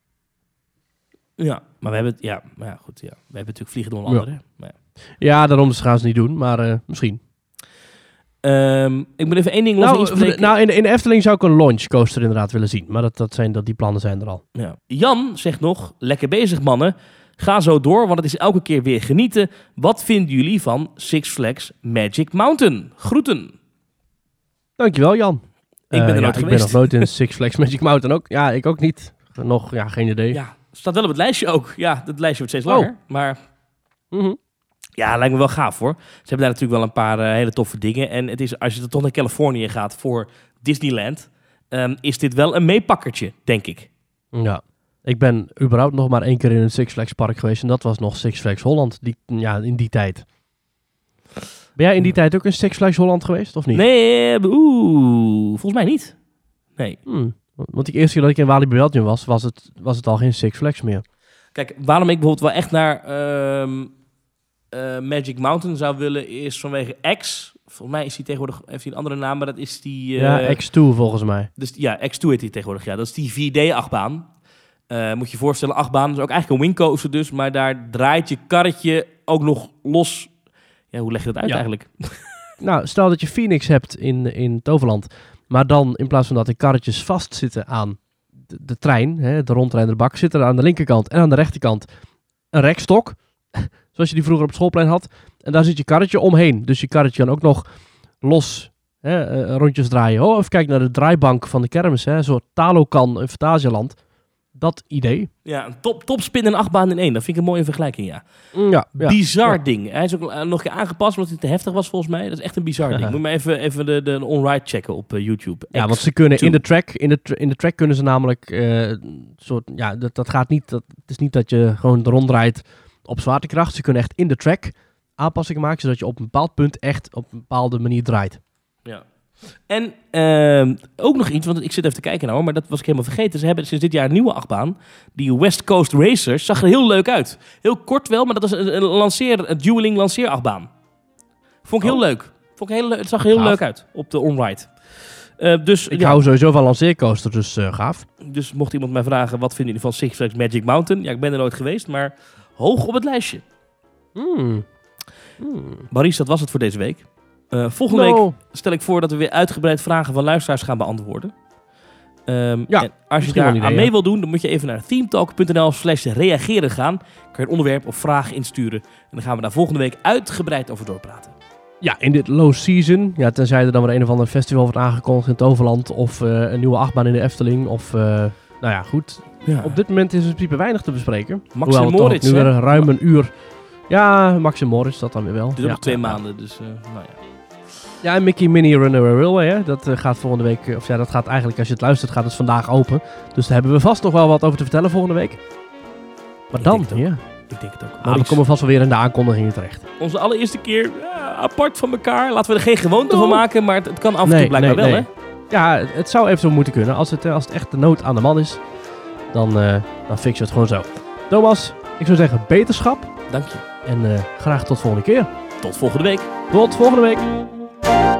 Ja, maar we hebben het, ja, maar ja, goed, ja. We hebben natuurlijk Vliegende Hollander, ja. Maar ja. ja, daarom gaan ze het niet doen, maar uh, misschien. Um, ik moet even één ding los nou, inspreken. Nou, in de, in de Efteling zou ik een launch coaster inderdaad willen zien. Maar dat, dat zijn, dat, die plannen zijn er al. Ja. Jan zegt nog, lekker bezig mannen. Ga zo door, want het is elke keer weer genieten. Wat vinden jullie van Six Flags Magic Mountain? Groeten. Dankjewel Jan. Ik ben er uh, nooit ja, geweest. Ik ben nog nooit in Six Flags Magic Mountain ook. Ja, ik ook niet. Nog, ja, geen idee. Ja, staat wel op het lijstje ook. Ja, dat lijstje wordt steeds langer. Oh. Maar mm-hmm. ja, lijkt me wel gaaf hoor. Ze hebben daar natuurlijk wel een paar uh, hele toffe dingen. En het is, als je er toch naar Californië gaat voor Disneyland, um, is dit wel een meepakkertje, denk ik. Ja, ik ben überhaupt nog maar één keer in een Six Flags park geweest. En dat was nog Six Flags Holland, die, ja, in die tijd. Ben jij in die tijd ook in Six Flags Holland geweest, of niet? Nee, oeh, volgens mij niet. Nee. Hmm. Want die eerste keer dat ik in Walibi Belgium was, was het, was het al geen Six Flags meer. Kijk, waarom ik bijvoorbeeld wel echt naar uh, uh, Magic Mountain zou willen, is vanwege X. Volgens mij is hij tegenwoordig, heeft hij een andere naam, maar dat is die... Uh, ja, X twee volgens mij. Dus, ja, X twee heet hij tegenwoordig, ja. Dat is die vier D-achtbaan. Uh, moet je je voorstellen, achtbaan. Dat is ook eigenlijk een wingcoaster dus, maar daar draait je karretje ook nog los. Ja, hoe leg je dat uit ja. eigenlijk? Nou, stel dat je Phoenix hebt in, in Toverland, maar dan in plaats van dat de karretjes vastzitten aan de, de trein, hè, de rondrijdende bak, zit er aan de linkerkant en aan de rechterkant een rekstok, zoals je die vroeger op het schoolplein had. En daar zit je karretje omheen. Dus je karretje kan ook nog los hè, uh, rondjes draaien. Oh, even kijken naar de draaibank van de kermis, hè, een soort Talokan in Fantasialand. Dat idee. Ja, een top, topspin en achtbaan in één. Dat vind ik een mooie vergelijking, ja. Ja, ja. Bizar ja. ding. Hij is ook nog een keer aangepast omdat hij te heftig was volgens mij. Dat is echt een bizar ding. Moet je maar even, even de, de on-ride checken op uh, YouTube. Ja, want ze kunnen in de track, in de, in de track kunnen ze namelijk uh, soort, ja, dat, dat gaat niet, dat, het is niet dat je gewoon ronddraait op zwaartekracht. Ze kunnen echt in de track aanpassingen maken, zodat je op een bepaald punt echt op een bepaalde manier draait. Ja. En uh, ook nog iets, want ik zit even te kijken nou, maar dat was ik helemaal vergeten. Ze hebben sinds dit jaar een nieuwe achtbaan. Die West Coast Racers zag er heel leuk uit. Heel kort wel, maar dat is een, een, lanceer, een dueling lanceerachtbaan. Vond ik heel oh. leuk. Vond ik heel, het zag er heel gaaf. leuk uit op de on-ride. Uh, dus, ik ja. hou sowieso van lanceercoasters, dus uh, gaaf. Dus mocht iemand mij vragen, wat vinden jullie van Six Flags Magic Mountain? Ja, ik ben er nooit geweest, maar hoog op het lijstje. Mm. Mm. Maurice, dat was het voor deze week. Uh, volgende no. week stel ik voor dat we weer uitgebreid vragen van luisteraars gaan beantwoorden. Um, ja, en als je daar idee, aan mee ja. wil doen, dan moet je even naar themetalk.nl slash reageren gaan. Kan je een onderwerp of vraag insturen. En dan gaan we daar volgende week uitgebreid over doorpraten. Ja, in dit low season. Ja, tenzij er dan weer een of ander festival wordt aangekondigd in Toverland. Of uh, een nieuwe achtbaan in de Efteling. Of, uh, nou ja, goed. Ja. Op dit moment is er in principe weinig te bespreken. Max en Moritz, nu weer ruim een uur. Ja, Max en Moritz, dat dan weer wel. Het is ja. nog twee ja. maanden, dus uh, nou ja. Ja, en Mickey Mini Runaway Railway, hè? Dat uh, gaat volgende week, of ja, dat gaat eigenlijk, als je het luistert, gaat het vandaag open. Dus daar hebben we vast nog wel wat over te vertellen volgende week. Maar ik dan, denk ja. Ik denk het ook. Maar we komen vast wel weer in de aankondigingen terecht. Onze allereerste keer ja, apart van elkaar. Laten we er geen gewoonte no. van maken, maar het, het kan af en nee, toe blijkbaar nee, wel, nee. hè? Ja, het zou even zo moeten kunnen. Als het, als het echt de nood aan de man is, dan, uh, dan fixen we het gewoon zo. Thomas, ik zou zeggen beterschap. Dank je. En uh, graag tot volgende keer. Tot volgende week. Tot volgende week.